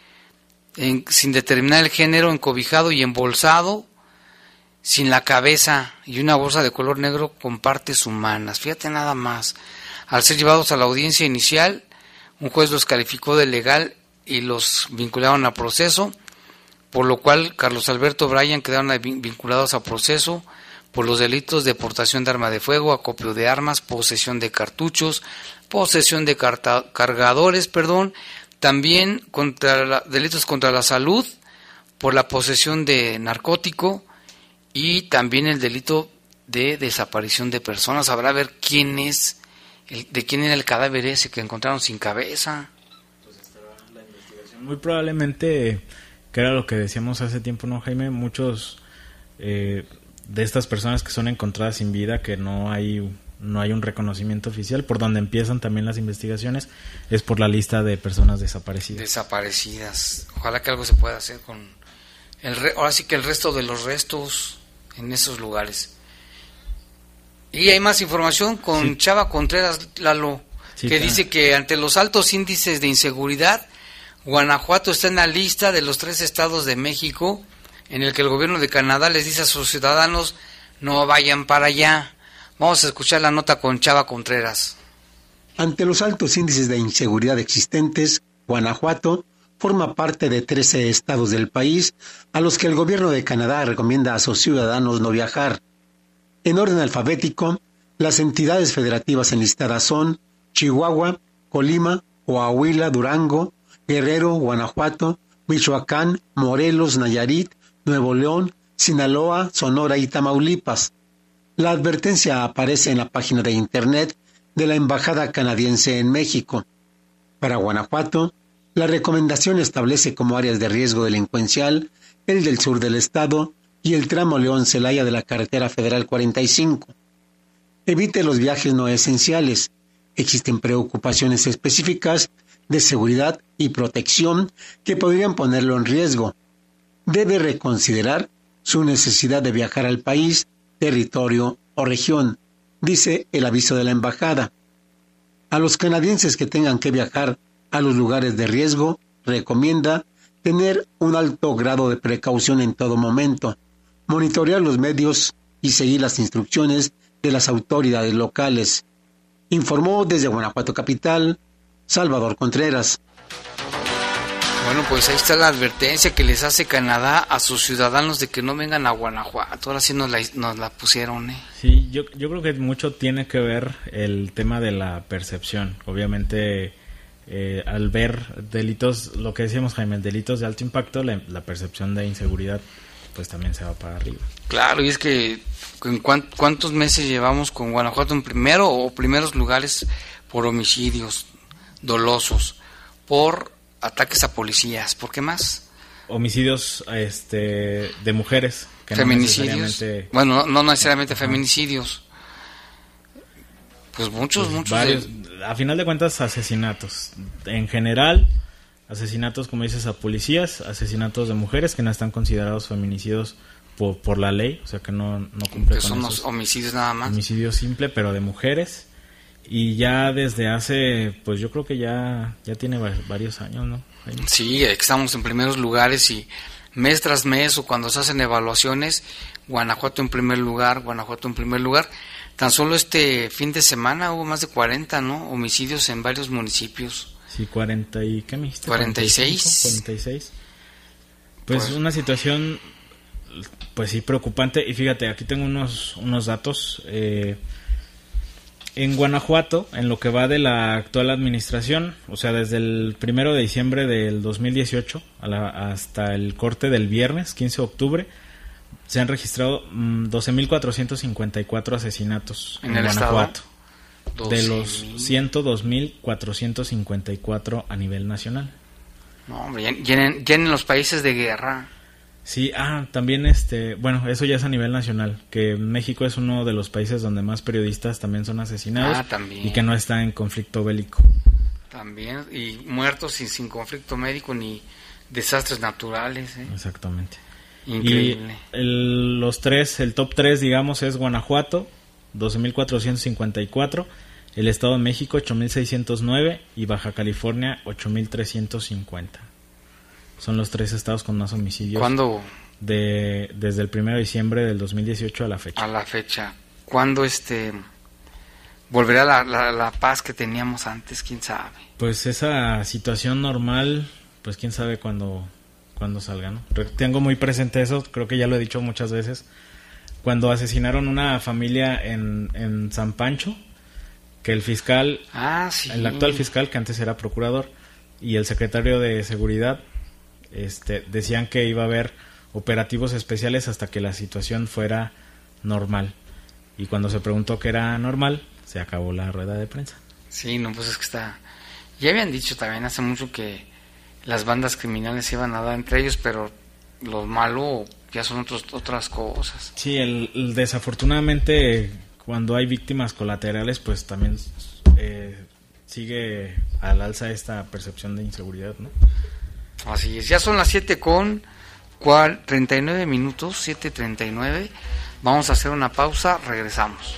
en, sin determinar el género, encobijado y embolsado, sin la cabeza, y una bolsa de color negro con partes humanas. Fíjate nada más. Al ser llevados a la audiencia inicial, un juez los calificó de legal y los vincularon a proceso, por lo cual Carlos Alberto Brian quedaron vinculados a proceso por los delitos de portación de arma de fuego, acopio de armas, posesión de cartuchos, posesión de carta, cargadores, perdón, también contra la, delitos contra la salud por la posesión de narcótico y también el delito de desaparición de personas. Habrá a ver quién es. El, ¿De quién era el cadáver ese que encontraron sin cabeza? Pues estará la investigación. Muy probablemente, que era lo que decíamos hace tiempo, ¿no, Jaime? Muchos eh, de estas personas que son encontradas sin vida, que no hay no hay un reconocimiento oficial, por donde empiezan también las investigaciones, es por la lista de personas desaparecidas. Desaparecidas. Ojalá que algo se pueda hacer con el re, ahora sí que el resto de los restos en esos lugares. Y hay más información con sí. Chava Contreras, Lalo, sí, que claro. Dice que ante los altos índices de inseguridad, Guanajuato está en la lista de los tres estados de México en el que el gobierno de Canadá les dice a sus ciudadanos no vayan para allá. Vamos a escuchar la nota con Chava Contreras. Ante los altos índices de inseguridad existentes, Guanajuato forma parte de trece estados del país a los que el gobierno de Canadá recomienda a sus ciudadanos no viajar. En orden alfabético, las entidades federativas enlistadas son Chihuahua, Colima, Coahuila, Durango, Guerrero, Guanajuato, Michoacán, Morelos, Nayarit, Nuevo León, Sinaloa, Sonora y Tamaulipas. La advertencia aparece en la página de internet de la Embajada Canadiense en México. Para Guanajuato, la recomendación establece como áreas de riesgo delincuencial el del sur del estado y el tramo León-Celaya de la carretera federal cuarenta y cinco. Evite los viajes no esenciales. Existen preocupaciones específicas de seguridad y protección que podrían ponerlo en riesgo. Debe reconsiderar su necesidad de viajar al país, territorio o región, dice el aviso de la embajada. A los canadienses que tengan que viajar a los lugares de riesgo, recomienda tener un alto grado de precaución en todo momento, monitorear los medios y seguir las instrucciones de las autoridades locales. Informó desde Guanajuato Capital, Salvador Contreras. Bueno, pues ahí está la advertencia que les hace Canadá a sus ciudadanos de que no vengan a Guanajuato. Ahora sí nos la, nos la pusieron, ¿eh? Sí, yo, yo creo que mucho tiene que ver el tema de la percepción. Obviamente, eh, al ver delitos, lo que decíamos, Jaime, delitos de alto impacto, la, la percepción de inseguridad pues también se va para arriba. Claro, y es que ¿en cuántos, cuántos meses llevamos con Guanajuato en primero o primeros lugares por homicidios dolosos, por ataques a policías? ¿Por qué más? Homicidios este, de mujeres. Que Feminicidios. No necesariamente... Bueno, no, no necesariamente Ajá. feminicidios. Pues muchos, pues muchos. Varios, de... A final de cuentas, asesinatos. En general, asesinatos, como dices, a policías, asesinatos de mujeres que no están considerados feminicidios por, por la ley, o sea que no, no cumple que con son esos. Homicidios nada más. Homicidio simple, pero de mujeres. Y ya desde hace, pues yo creo que ya ya tiene varios años, ¿no? Sí, estamos en primeros lugares y mes tras mes o cuando se hacen evaluaciones, Guanajuato en primer lugar, Guanajuato en primer lugar. Tan solo este fin de semana hubo más de cuarenta, ¿no? Homicidios en varios municipios. Sí, cuarenta y ¿qué me dijiste? cuarenta y seis. cuarenta y seis. Pues, pues una situación, pues sí, preocupante. Y fíjate, aquí tengo unos unos datos. Eh, En Guanajuato, en lo que va de la actual administración, o sea, desde el primero de diciembre del dos mil dieciocho a la, hasta el corte del viernes, quince de octubre, se han registrado mmm, doce mil cuatrocientos cincuenta y cuatro asesinatos en, en Guanajuato. Estado? De los ciento dos mil cuatrocientos cincuenta y cuatro a nivel nacional. No, hombre, ya en, ya en los países de guerra. Sí, ah, también este, bueno, eso ya es a nivel nacional, que México es uno de los países donde más periodistas también son asesinados ah, también. Y que no está en conflicto bélico. También, y muertos sin, sin conflicto médico ni desastres naturales. ¿eh? Exactamente. Increíble. Y el, los tres, el top tres, digamos, es Guanajuato, doce mil cuatrocientos cincuenta y cuatro, el Estado de México, ocho mil seiscientos nueve y Baja California, ocho mil trescientos cincuenta. Son los tres estados con más homicidios. ¿Cuándo? De, desde el primero de diciembre del dos mil dieciocho a la fecha. A la fecha. ¿Cuándo este volverá la, la, la paz que teníamos antes? ¿Quién sabe? Pues esa situación normal, pues quién sabe cuándo, cuándo salga, ¿no? Tengo muy presente eso, creo que ya lo he dicho muchas veces. Cuando asesinaron una familia en, en San Pancho, que el fiscal, ah, sí. el actual fiscal, que antes era procurador, y el secretario de Seguridad, Este, decían que iba a haber operativos especiales hasta que la situación fuera normal, y cuando se preguntó que era normal se acabó la rueda de prensa. Sí, no, pues es que está, ya habían dicho también hace mucho que las bandas criminales se iban a dar entre ellos, pero lo malo ya son otros, otras cosas. Sí, el, el desafortunadamente cuando hay víctimas colaterales pues también eh, sigue al alza esta percepción de inseguridad, ¿no? Así es, ya son las siete con treinta y nueve minutos, siete treinta y nueve. Vamos a hacer una pausa, regresamos.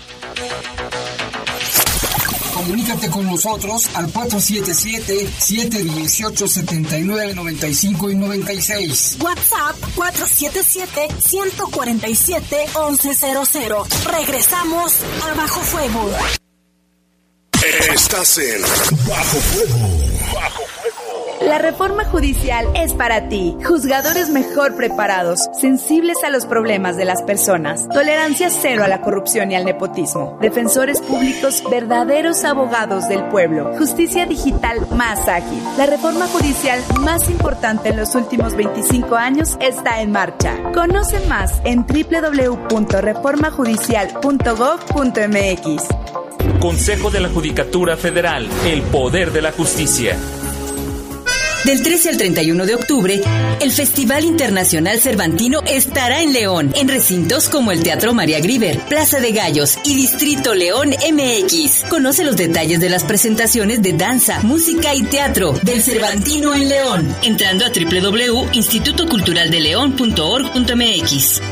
Comunícate con nosotros al cuatro siete siete, siete uno ocho, siete nueve nueve cinco y noventa y seis. WhatsApp cuatro siete siete, uno cuatro siete, once cero cero. Regresamos a Bajo Fuego. Estás en Bajo Fuego. Bajo Fuego. La reforma judicial es para ti. Juzgadores mejor preparados, sensibles a los problemas de las personas. Tolerancia cero a la corrupción y al nepotismo. Defensores públicos, verdaderos abogados del pueblo. Justicia digital más ágil. La reforma judicial más importante en los últimos veinticinco años está en marcha. Conoce más en doble u doble u doble u punto reforma judicial punto gob punto eme equis. Consejo de la Judicatura Federal. El poder de la justicia. Del trece al treinta y uno de octubre, el Festival Internacional Cervantino estará en León, en recintos como el Teatro María Grieber, Plaza de Gallos y Distrito León eme equis. Conoce los detalles de las presentaciones de danza, música y teatro del Cervantino en León, entrando a doble u doble u doble u punto instituto cultural de león punto org punto eme equis.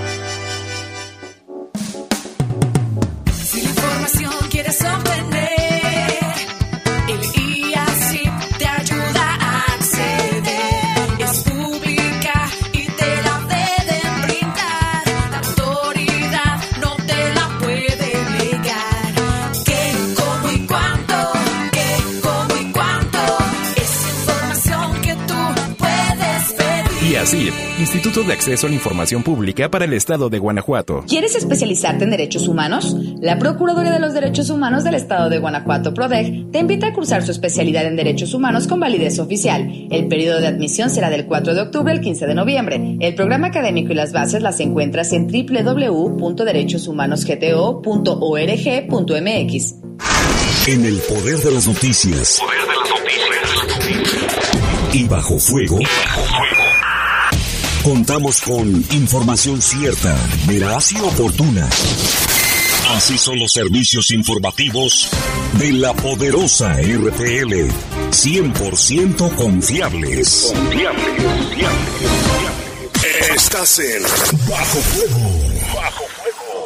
Si la información quieres obtener, el I A C I P te ayuda a acceder. Es pública y te la deben brindar. La autoridad no te la puede negar. ¿Qué, cómo y cuándo? ¿Qué, cómo y cuándo? Es información que tú puedes pedir. I A C I P, Instituto de Acceso a la Información Pública para el Estado de Guanajuato. ¿Quieres especializarte en derechos humanos? La Procuraduría de los Derechos Humanos del Estado de Guanajuato, PRODEG, te invita a cursar su especialidad en derechos humanos con validez oficial. El periodo de admisión será del cuatro de octubre al quince de noviembre. El programa académico y las bases las encuentras en doble u doble u doble u punto derechos humanos g t o punto org punto eme equis. En el poder de las noticias. Poder de las noticias. Y bajo fuego. Y bajo fuego. Contamos con información cierta, veraz y oportuna. Así son los servicios informativos de la poderosa R T L. cien por ciento confiables. Confiables, confiables, confiables. Estás en Bajo Fuego. Bajo Fuego.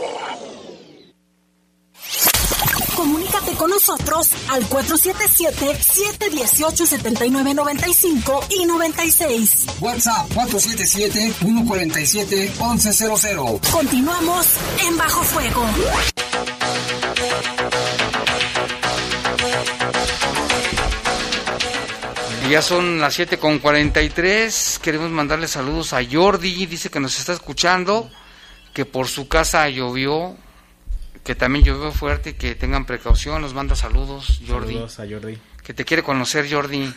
Comunícate con nosotros al cuatro siete siete, siete uno ocho, siete nueve nueve cinco y noventa y seis. WhatsApp cuatro siete siete, uno cuatro siete, once cero cero. Continuamos en Bajo Fuego. Ya son las siete con cuarenta y tres. Queremos mandarle saludos a Jordi. Dice que nos está escuchando, que por su casa llovió, que también llovió fuerte y que tengan precaución. Nos manda saludos, Jordi. Saludos a Jordi. Que te quiere conocer, Jordi.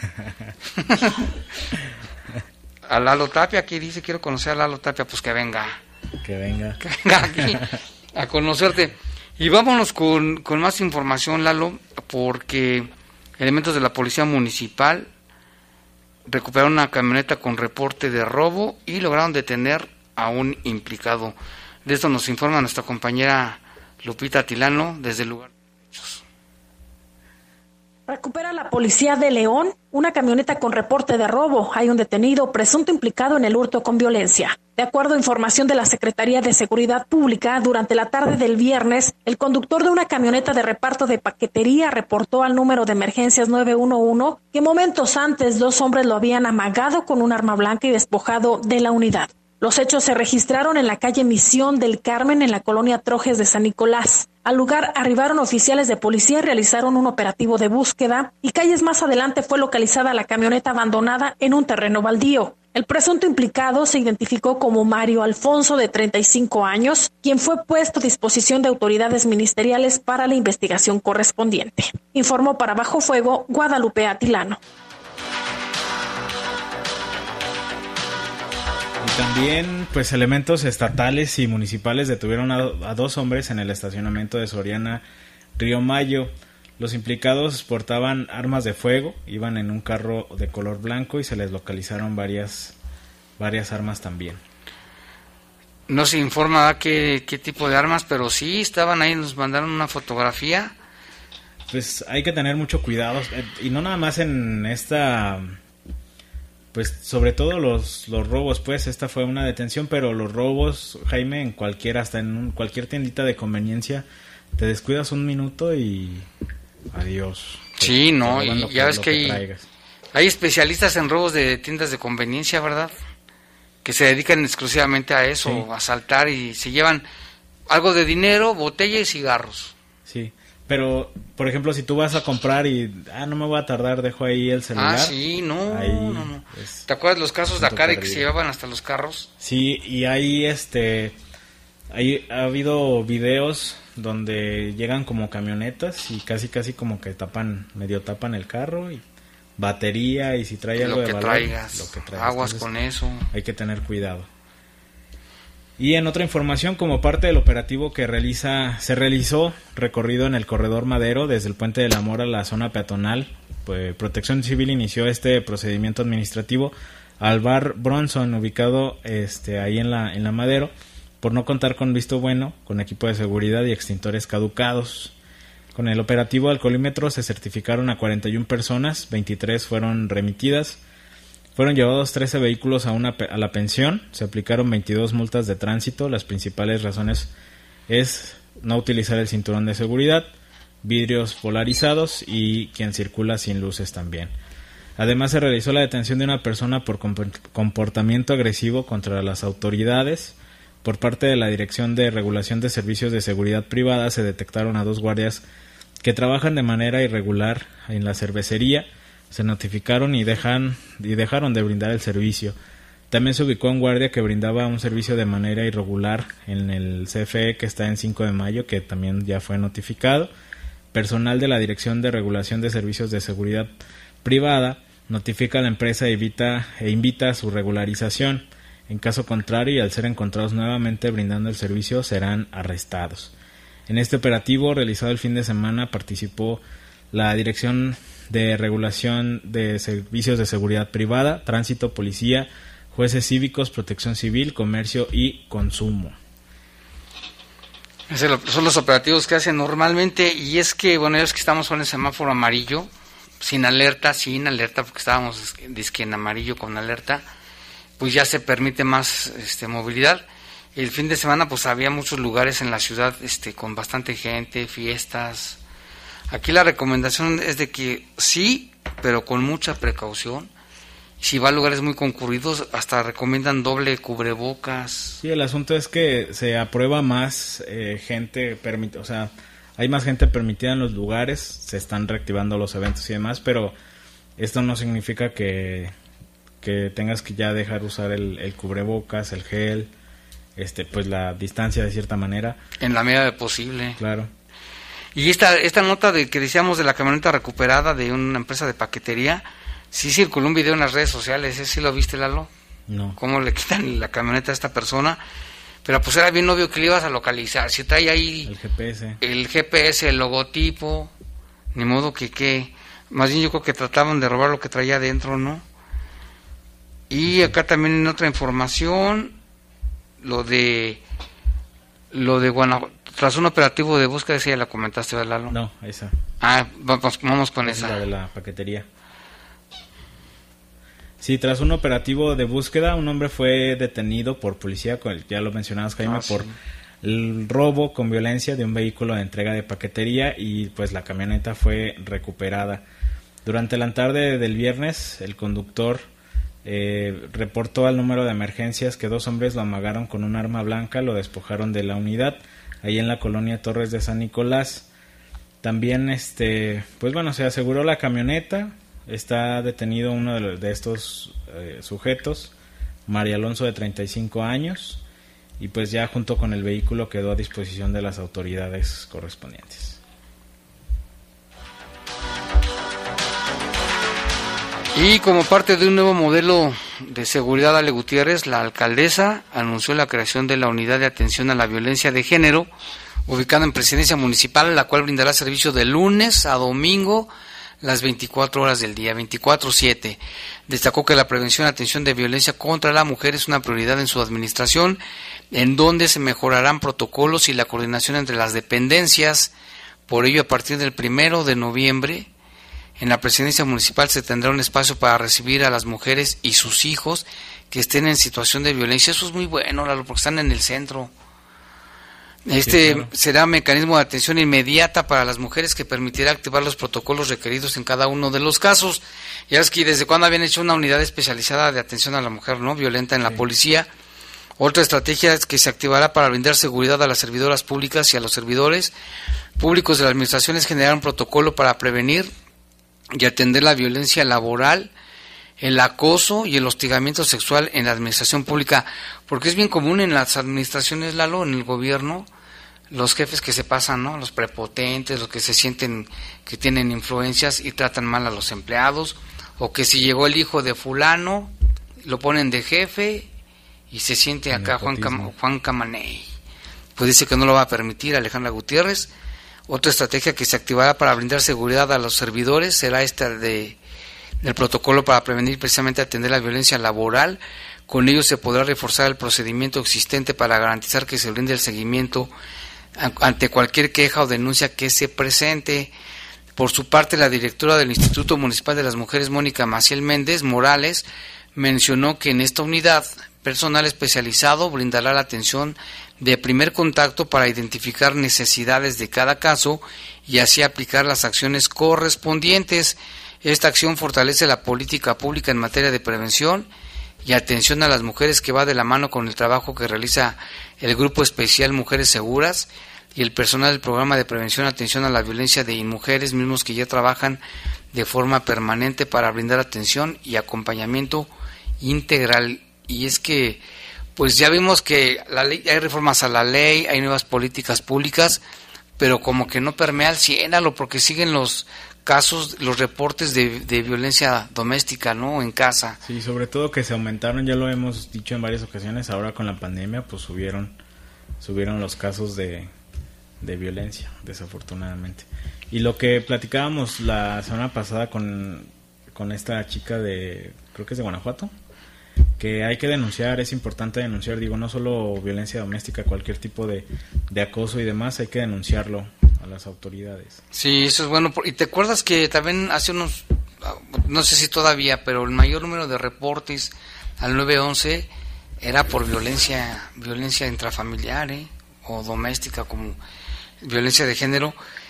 A Lalo Tapia, aquí dice, quiero conocer a Lalo Tapia, pues que venga. Que venga. Que venga aquí a conocerte. Y vámonos con, con más información, Lalo, porque elementos de la Policía Municipal recuperaron una camioneta con reporte de robo y lograron detener a un implicado. De esto nos informa nuestra compañera Lupita Tilano desde el lugar. Recupera la policía de León una camioneta con reporte de robo. Hay un detenido presunto implicado en el hurto con violencia. De acuerdo a información de la Secretaría de Seguridad Pública, durante la tarde del viernes, el conductor de una camioneta de reparto de paquetería reportó al número de emergencias nueve uno uno que momentos antes dos hombres lo habían amagado con un arma blanca y despojado de la unidad. Los hechos se registraron en la calle Misión del Carmen, en la colonia Trojes de San Nicolás. Al lugar arribaron oficiales de policía y realizaron un operativo de búsqueda, y calles más adelante fue localizada la camioneta abandonada en un terreno baldío. El presunto implicado se identificó como Mario Alfonso, de treinta y cinco años, quien fue puesto a disposición de autoridades ministeriales para la investigación correspondiente. Informó para Bajo Fuego Guadalupe Atilano. Y también, pues, elementos estatales y municipales detuvieron a, a dos hombres en el estacionamiento de Soriana Río Mayo. Los implicados portaban armas de fuego, iban en un carro de color blanco y se les localizaron varias, varias armas también. No se informa qué, qué tipo de armas, pero sí estaban ahí, nos mandaron una fotografía. Pues hay que tener mucho cuidado, y no nada más en esta... Pues sobre todo los, los robos, pues esta fue una detención, pero los robos, Jaime, en cualquier, hasta en un, cualquier tiendita de conveniencia, te descuidas un minuto y adiós. Sí, te, no, te y que, ya ves que, que hay, traigas. hay especialistas en robos de tiendas de conveniencia, ¿verdad? Que se dedican exclusivamente a eso, sí. A asaltar, y se llevan algo de dinero, botella y cigarros. Sí, Pero, por ejemplo, si tú vas a comprar y, ah, no me voy a tardar, dejo ahí el celular. Ah, sí, no, ahí no, no. ¿Te acuerdas los casos de acá de que se llevaban hasta los carros? Sí, y ahí, este, ahí ha habido videos donde llegan como camionetas y casi, casi como que tapan, medio tapan el carro y batería y si trae algo de valor, traigas, lo que traigas, aguas entonces, con eso. Hay que tener cuidado. Y en otra información, como parte del operativo que realiza, se realizó recorrido en el corredor Madero desde el Puente del Amor a la zona peatonal, pues Protección Civil inició este procedimiento administrativo al bar Bronson, ubicado este ahí en la en la Madero, por no contar con visto bueno, con equipo de seguridad y extintores caducados. Con el operativo alcoholímetro se certificaron a cuarenta y una personas, veintitrés fueron remitidas. Fueron llevados trece vehículos a, una, a la pensión, se aplicaron veintidós multas de tránsito, las principales razones es no utilizar el cinturón de seguridad, vidrios polarizados y quien circula sin luces también. Además se realizó la detención de una persona por comportamiento agresivo contra las autoridades. Por parte de la Dirección de Regulación de Servicios de Seguridad Privada se detectaron a dos guardias que trabajan de manera irregular en la cervecería. Se notificaron y, dejan, y dejaron de brindar el servicio. También se ubicó un guardia que brindaba un servicio de manera irregular en el C F E que está en cinco de mayo, que también ya fue notificado. Personal de la Dirección de Regulación de Servicios de Seguridad Privada notifica a la empresa e invita, e invita a su regularización. En caso contrario, y al ser encontrados nuevamente brindando el servicio, serán arrestados. En este operativo realizado el fin de semana participó la Dirección de Regulación de Servicios de Seguridad Privada, Tránsito, Policía, Jueces Cívicos, Protección Civil, Comercio y Consumo. Son los operativos que hacen normalmente, y es que, bueno, es que estamos con el semáforo amarillo, sin alerta, sin alerta, porque estábamos disque en amarillo con alerta, pues ya se permite más este, movilidad. El fin de semana pues había muchos lugares en la ciudad este, con bastante gente, fiestas. Aquí la recomendación es de que sí, pero con mucha precaución. Si va a lugares muy concurridos, hasta recomiendan doble cubrebocas. Sí, el asunto es que se aprueba más eh, gente, permite, o sea, hay más gente permitida en los lugares, se están reactivando los eventos y demás, pero esto no significa que, que tengas que ya dejar usar el, el cubrebocas, el gel, este, pues la distancia de cierta manera. En la medida de posible. Claro. Y esta esta nota de que decíamos de la camioneta recuperada de una empresa de paquetería, sí circuló un video en las redes sociales, ¿eh? ¿Sí lo viste, Lalo? No. Cómo le quitan la camioneta a esta persona, pero pues era bien obvio que le ibas a localizar, si trae ahí el G P S, el G P S, el logotipo, ni modo que que, más bien yo creo que trataban de robar lo que traía adentro, ¿no? Y acá también en otra información, lo de lo de Guanajuato. Tras un operativo de búsqueda, esa ya la comentaste, ¿verdad, Lalo? No, esa. Ah, vamos, vamos con es esa. La de la paquetería. Sí, tras un operativo de búsqueda, un hombre fue detenido por policía, con el, ya lo mencionabas, Jaime, ah, por sí. el robo con violencia de un vehículo de entrega de paquetería y pues la camioneta fue recuperada. Durante la tarde del viernes, el conductor eh, reportó al número de emergencias que dos hombres lo amagaron con un arma blanca, lo despojaron de la unidad ahí en la colonia Torres de San Nicolás. También, este, pues bueno, se aseguró la camioneta. Está detenido uno de, los, de estos eh, sujetos, María Alonso, de treinta y cinco años, y pues ya junto con el vehículo quedó a disposición de las autoridades correspondientes. Y como parte de un nuevo modelo de seguridad, Ale Gutiérrez, la alcaldesa anunció la creación de la Unidad de Atención a la Violencia de Género, ubicada en Presidencia Municipal, la cual brindará servicio de lunes a domingo, las veinticuatro horas del día, veinticuatro siete. Destacó que la prevención y atención de violencia contra la mujer es una prioridad en su administración, en donde se mejorarán protocolos y la coordinación entre las dependencias. Por ello, a partir del primero de noviembre, en la Presidencia Municipal se tendrá un espacio para recibir a las mujeres y sus hijos que estén en situación de violencia. Eso es muy bueno, Lalo, porque están en el centro. Este sí, claro. Será un mecanismo de atención inmediata para las mujeres que permitirá activar los protocolos requeridos en cada uno de los casos. Ya es que desde cuando habían hecho una unidad especializada de atención a la mujer no violenta en la sí. policía, Otra estrategia es que se activará para brindar seguridad a las servidoras públicas y a los servidores públicos de la administración es generar un protocolo para prevenir y atender la violencia laboral, el acoso y el hostigamiento sexual en la administración pública, porque es bien común en las administraciones, Lalo, en el gobierno, los jefes que se pasan, ¿no? Los prepotentes, los que se sienten que tienen influencias y tratan mal a los empleados, o que si llegó el hijo de fulano, lo ponen de jefe y se siente acá Juan, Cam, Juan Camaney. Pues dice que no lo va a permitir Alejandra Gutiérrez. Otra estrategia que se activará para brindar seguridad a los servidores será esta de del protocolo para prevenir precisamente atender la violencia laboral. Con ello se podrá reforzar el procedimiento existente para garantizar que se brinde el seguimiento ante cualquier queja o denuncia que se presente. Por su parte, la directora del Instituto Municipal de las Mujeres, Mónica Maciel Méndez Morales, mencionó que en esta unidad personal especializado brindará la atención de primer contacto para identificar necesidades de cada caso y así aplicar las acciones correspondientes. Esta acción fortalece la política pública en materia de prevención y atención a las mujeres, que va de la mano con el trabajo que realiza el Grupo Especial Mujeres Seguras y el personal del Programa de Prevención y Atención a la Violencia de Mujeres, mismos que ya trabajan de forma permanente para brindar atención y acompañamiento integral. Y es que pues ya vimos que la ley, hay reformas a la ley, hay nuevas políticas públicas, pero como que no permea al ciénalo, porque siguen los casos, los reportes de, de violencia doméstica, ¿no? En casa. Sí, sobre todo que se aumentaron, ya lo hemos dicho en varias ocasiones, ahora con la pandemia pues subieron subieron los casos de, de violencia, desafortunadamente. Y lo que platicábamos la semana pasada con, con esta chica de, creo que es de Guanajuato, que hay que denunciar, es importante denunciar, digo, no solo violencia doméstica, cualquier tipo de, de acoso y demás, hay que denunciarlo a las autoridades. Sí, eso es bueno. Y te acuerdas que también hace unos, no sé si todavía, pero el mayor número de reportes al nueve once era por violencia, violencia intrafamiliar, ¿eh? O doméstica, como violencia de género,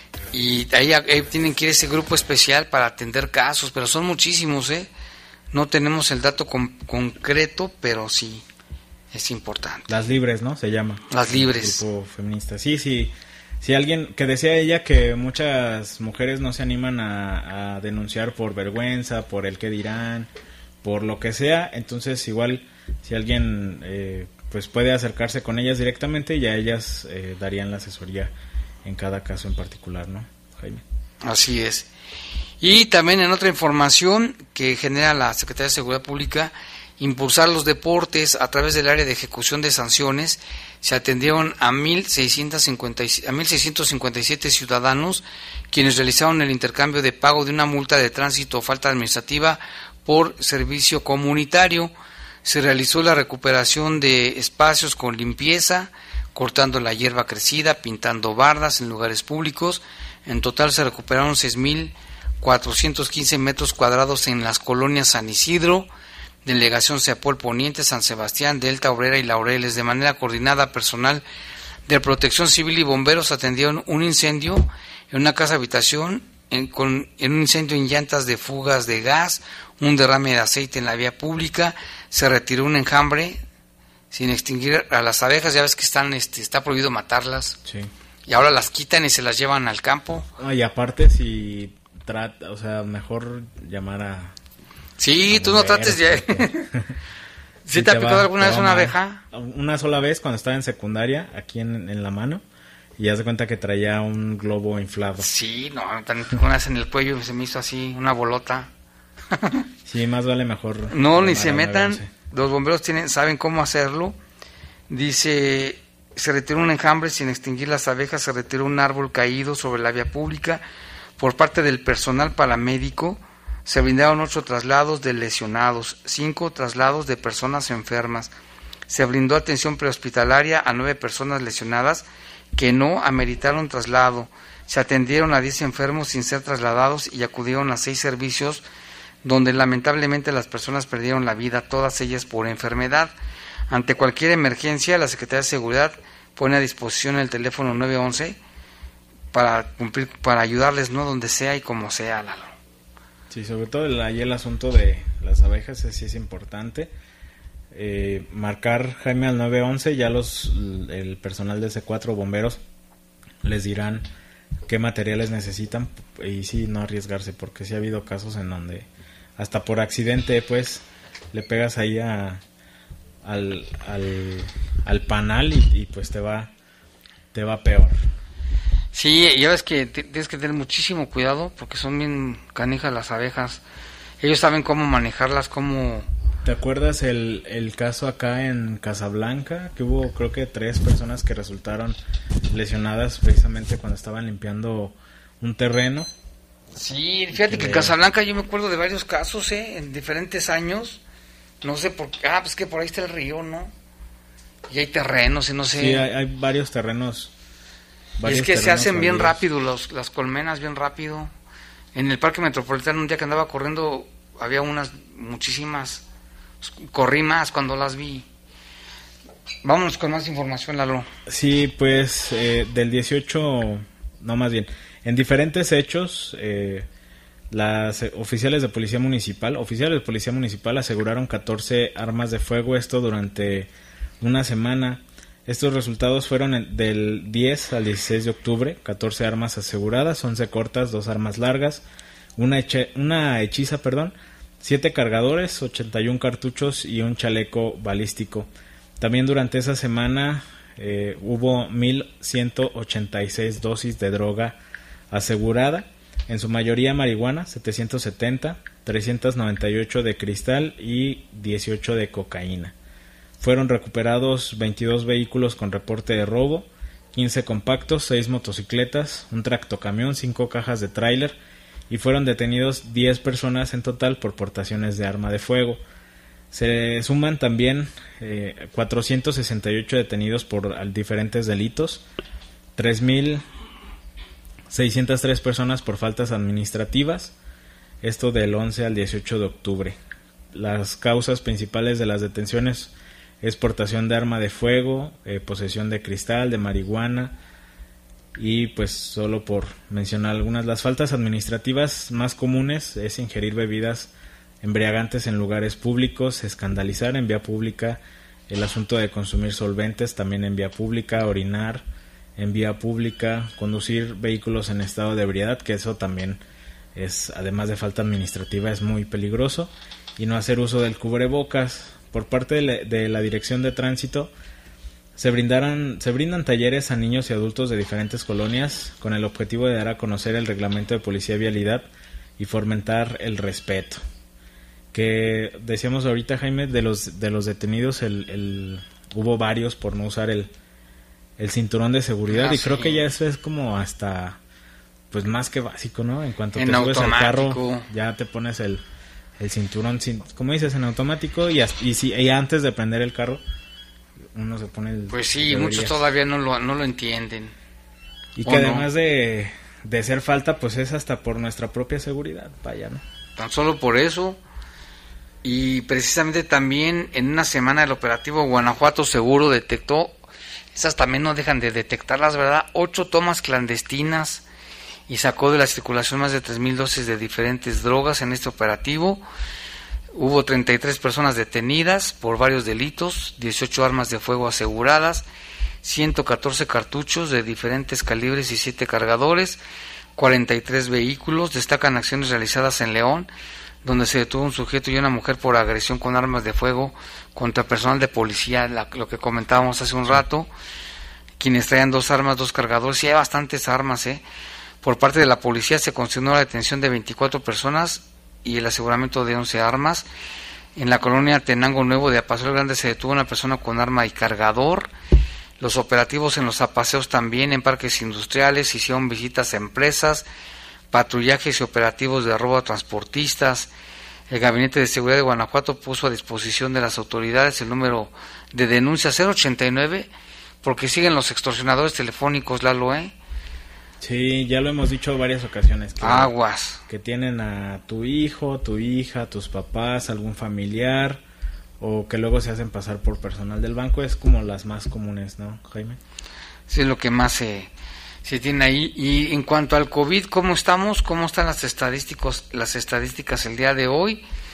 y ahí, ahí tienen que ir ese grupo especial para atender casos, pero son muchísimos, ¿eh? No tenemos el dato con, concreto, pero sí es importante. Las Libres, ¿no? Se llama. Las Libres. El grupo feminista. Sí, sí. Si alguien, que decía ella que muchas mujeres no se animan a, a denunciar por vergüenza, por el qué dirán, por lo que sea, entonces igual si alguien eh, pues puede acercarse con ellas directamente y a ellas eh, darían la asesoría en cada caso en particular, ¿no, Jaime? Así es. Y también en otra información que genera la Secretaría de Seguridad Pública, impulsar los deportes a través del área de ejecución de sanciones. Se atendieron a mil seiscientos cincuenta y siete ciudadanos quienes realizaron el intercambio de pago de una multa de tránsito o falta administrativa por servicio comunitario. Se realizó la recuperación de espacios con limpieza, cortando la hierba crecida, pintando bardas en lugares públicos. En total se recuperaron seis mil cuatrocientos quince metros cuadrados en las colonias San Isidro, Delegación Ceapol Poniente, San Sebastián, Delta Obrera y Laureles. De manera coordinada, personal de Protección Civil y bomberos atendieron un incendio en una casa habitación, en, con, en un incendio en llantas de fugas de gas, un derrame de aceite en la vía pública. Se retiró un enjambre sin extinguir a las abejas. Ya ves que están, este, está prohibido matarlas. Sí. Y ahora las quitan y se las llevan al campo. Ah, y aparte, si trata, o sea, mejor llamar a... Sí, a tú no trates ya. ¿Sí te ha picado alguna vez una abeja? Una sola vez cuando estaba en secundaria, aquí en, en la mano, y ya se cuenta que traía un globo inflado. Sí, no, también una vez en el cuello se me hizo así, una bolota. Sí, más vale mejor. No, ni se metan. Los bomberos tienen, saben cómo hacerlo. Dice, se retiró un enjambre sin extinguir las abejas, se retiró un árbol caído sobre la vía pública. Por parte del personal paramédico, se brindaron ocho traslados de lesionados, cinco traslados de personas enfermas. Se brindó atención prehospitalaria a nueve personas lesionadas que no ameritaron traslado. Se atendieron a diez enfermos sin ser trasladados y acudieron a seis servicios donde lamentablemente las personas perdieron la vida, todas ellas por enfermedad. Ante cualquier emergencia, la Secretaría de Seguridad pone a disposición el teléfono nueve once para cumplir, para ayudarles, no donde sea y como sea, Lalo. Sí, sobre todo el, ahí el asunto de las abejas sí es importante. eh, marcar, Jaime, al nueve once, ya los el personal de C cuatro, bomberos, les dirán qué materiales necesitan, y sí, no arriesgarse, porque sí ha habido casos en donde hasta por accidente pues le pegas ahí a, al, al, al panal y, y pues te va te va peor. Sí, ya ves que t- tienes que tener muchísimo cuidado porque son bien canijas las abejas. Ellos saben cómo manejarlas, cómo... ¿Te acuerdas el, el caso acá en Casablanca? Que hubo creo que tres personas que resultaron lesionadas precisamente cuando estaban limpiando un terreno. Sí, fíjate que en Casablanca yo me acuerdo de varios casos, ¿eh? En diferentes años. No sé por qué. Ah, pues que por ahí está el río, ¿no? Y hay terrenos y no sé. Sí, hay, hay varios terrenos. Varios y es que se hacen bien rápido los, las colmenas, bien rápido. En el Parque Metropolitano un día que andaba corriendo había unas muchísimas. Corrí más cuando las vi. Vámonos con más información, Lalo. Sí, pues eh, del dieciocho, no más bien, en diferentes hechos, eh, las oficiales de policía municipal, oficiales de policía municipal aseguraron catorce armas de fuego, esto durante una semana. Estos resultados fueron en, del diez al dieciséis de octubre, catorce armas aseguradas, once cortas, dos armas largas, una, heche, una hechiza, perdón, siete cargadores, ochenta y uno cartuchos y un chaleco balístico. También durante esa semana eh, hubo mil ciento ochenta y seis dosis de droga asegurada, en su mayoría marihuana, setecientos setenta, trescientos noventa y ocho de cristal y dieciocho de cocaína. Fueron recuperados veintidós vehículos con reporte de robo, quince compactos, seis motocicletas, un tractocamión, cinco cajas de tráiler, y fueron detenidos diez personas en total por portaciones de arma de fuego. Se suman también eh, cuatrocientos sesenta y ocho detenidos por diferentes delitos, tres mil seiscientas tres personas por faltas administrativas, esto del once al dieciocho de octubre. Las causas principales de las detenciones es portación de arma de fuego, eh, posesión de cristal, de marihuana, y pues solo por mencionar algunas. Las faltas administrativas más comunes es ingerir bebidas embriagantes en lugares públicos, escandalizar en vía pública, el asunto de consumir solventes también en vía pública, orinar en vía pública, conducir vehículos en estado de ebriedad, que eso también es, además de falta administrativa, es muy peligroso, y no hacer uso del cubrebocas. Por parte de la, de la Dirección de Tránsito se brindaran, se brindan talleres a niños y adultos de diferentes colonias con el objetivo de dar a conocer el reglamento de policía y vialidad y fomentar el respeto. Que decíamos ahorita, Jaime, de los de los detenidos, el, el hubo varios por no usar el, el cinturón de seguridad, ah, y sí. Creo que ya eso es como hasta pues más que básico, ¿no? En cuanto en te subes al carro, ya te pones el el cinturón, como dices, en automático, y, y, si, y antes de prender el carro uno se pone el... Pues sí, muchos todavía no lo, no lo entienden. Y que además no? de, de ser falta, pues es hasta por nuestra propia seguridad, vaya, ¿no? Tan solo por eso. Y precisamente también en una semana el operativo Guanajuato Seguro detectó, esas también no dejan de detectarlas, ¿verdad? Ocho tomas clandestinas, y sacó de la circulación más de tres mil dosis de diferentes drogas. En este operativo hubo treinta y tres personas detenidas por varios delitos, dieciocho armas de fuego aseguradas, ciento catorce cartuchos de diferentes calibres y siete cargadores, cuarenta y tres vehículos. Destacan acciones realizadas en León, donde se detuvo un sujeto y una mujer por agresión con armas de fuego contra personal de policía, la, lo que comentábamos hace un rato, quienes traían dos armas, dos cargadores. Sí hay bastantes armas, ¿eh? Por parte de la policía se consignó la detención de veinticuatro personas y el aseguramiento de once armas. En la colonia Tenango Nuevo de Apaseo Grande se detuvo una persona con arma y cargador. Los operativos en los apaseos también, en parques industriales, hicieron visitas a empresas, patrullajes y operativos de robo a transportistas. El Gabinete de Seguridad de Guanajuato puso a disposición de las autoridades el número de denuncia cero ochenta y nueve, porque siguen los extorsionadores telefónicos, Lalo, ¿eh? Sí, ya lo hemos dicho varias ocasiones. Que, Aguas. Que tienen a tu hijo, tu hija, tus papás, algún familiar, o que luego se hacen pasar por personal del banco. Es como las más comunes, ¿no, Jaime? Sí, es lo que más se, se tiene ahí. Y en cuanto al COVID, ¿cómo estamos? ¿Cómo están las estadísticas, las estadísticas el día de hoy?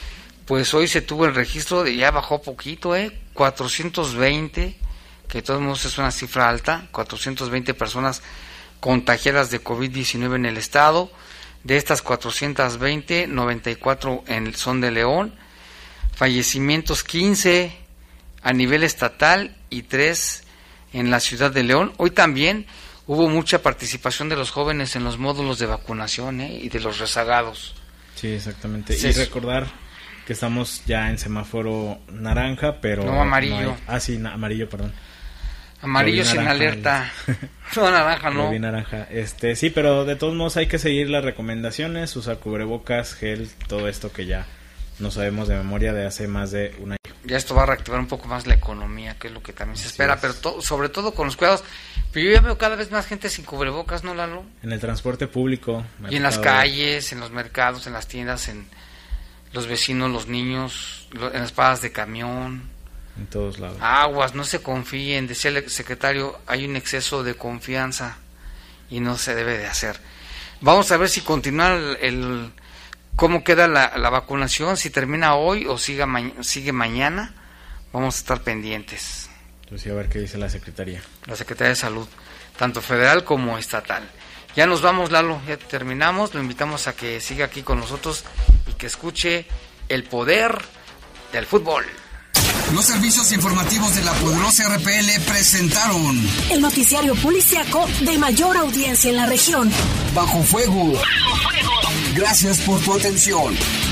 pues hoy se tuvo el registro de, ya bajó poquito, ¿eh? cuatrocientos veinte, que de todos modos es una cifra alta, cuatrocientos veinte personas contagiadas de covid diecinueve en el estado. De estas cuatrocientos veinte, noventa y cuatro en, son de León. Fallecimientos quince a nivel estatal y tres en la ciudad de León. Hoy también hubo mucha participación de los jóvenes en los módulos de vacunación, ¿eh? Y de los rezagados. Sí, exactamente. Sí, y recordar que estamos ya en semáforo naranja, pero... No, amarillo. No hay... Ah, sí, na- amarillo, perdón. Amarillo sin naranja, alerta. No, naranja no. Lo vi naranja. Este, sí, pero de todos modos hay que seguir las recomendaciones, usar cubrebocas, gel, todo esto que ya no sabemos de memoria de hace más de un año. Ya esto va a reactivar un poco más la economía, que es lo que también se Así espera, es. pero to- sobre todo con los cuidados. Pero yo ya veo cada vez más gente sin cubrebocas, ¿no, Lalo? En el transporte público. Y en las calles, en los mercados, en las tiendas, en los vecinos, los niños, lo- en las paradas de camión. En todos lados. Aguas, no se confíen, decía el secretario, hay un exceso de confianza y no se debe de hacer. Vamos a ver si continúa el, el cómo queda la, la vacunación, si termina hoy o siga ma- sigue mañana. Vamos a estar pendientes. Entonces, a ver qué dice la Secretaría. La Secretaría de Salud, tanto federal como estatal. Ya nos vamos, Lalo, ya terminamos. Lo invitamos a que siga aquí con nosotros y que escuche el poder del fútbol. Los servicios informativos de la poderosa R P L presentaron el noticiario policiaco de mayor audiencia en la región. Bajo Fuego. Bajo Fuego. Gracias por tu atención.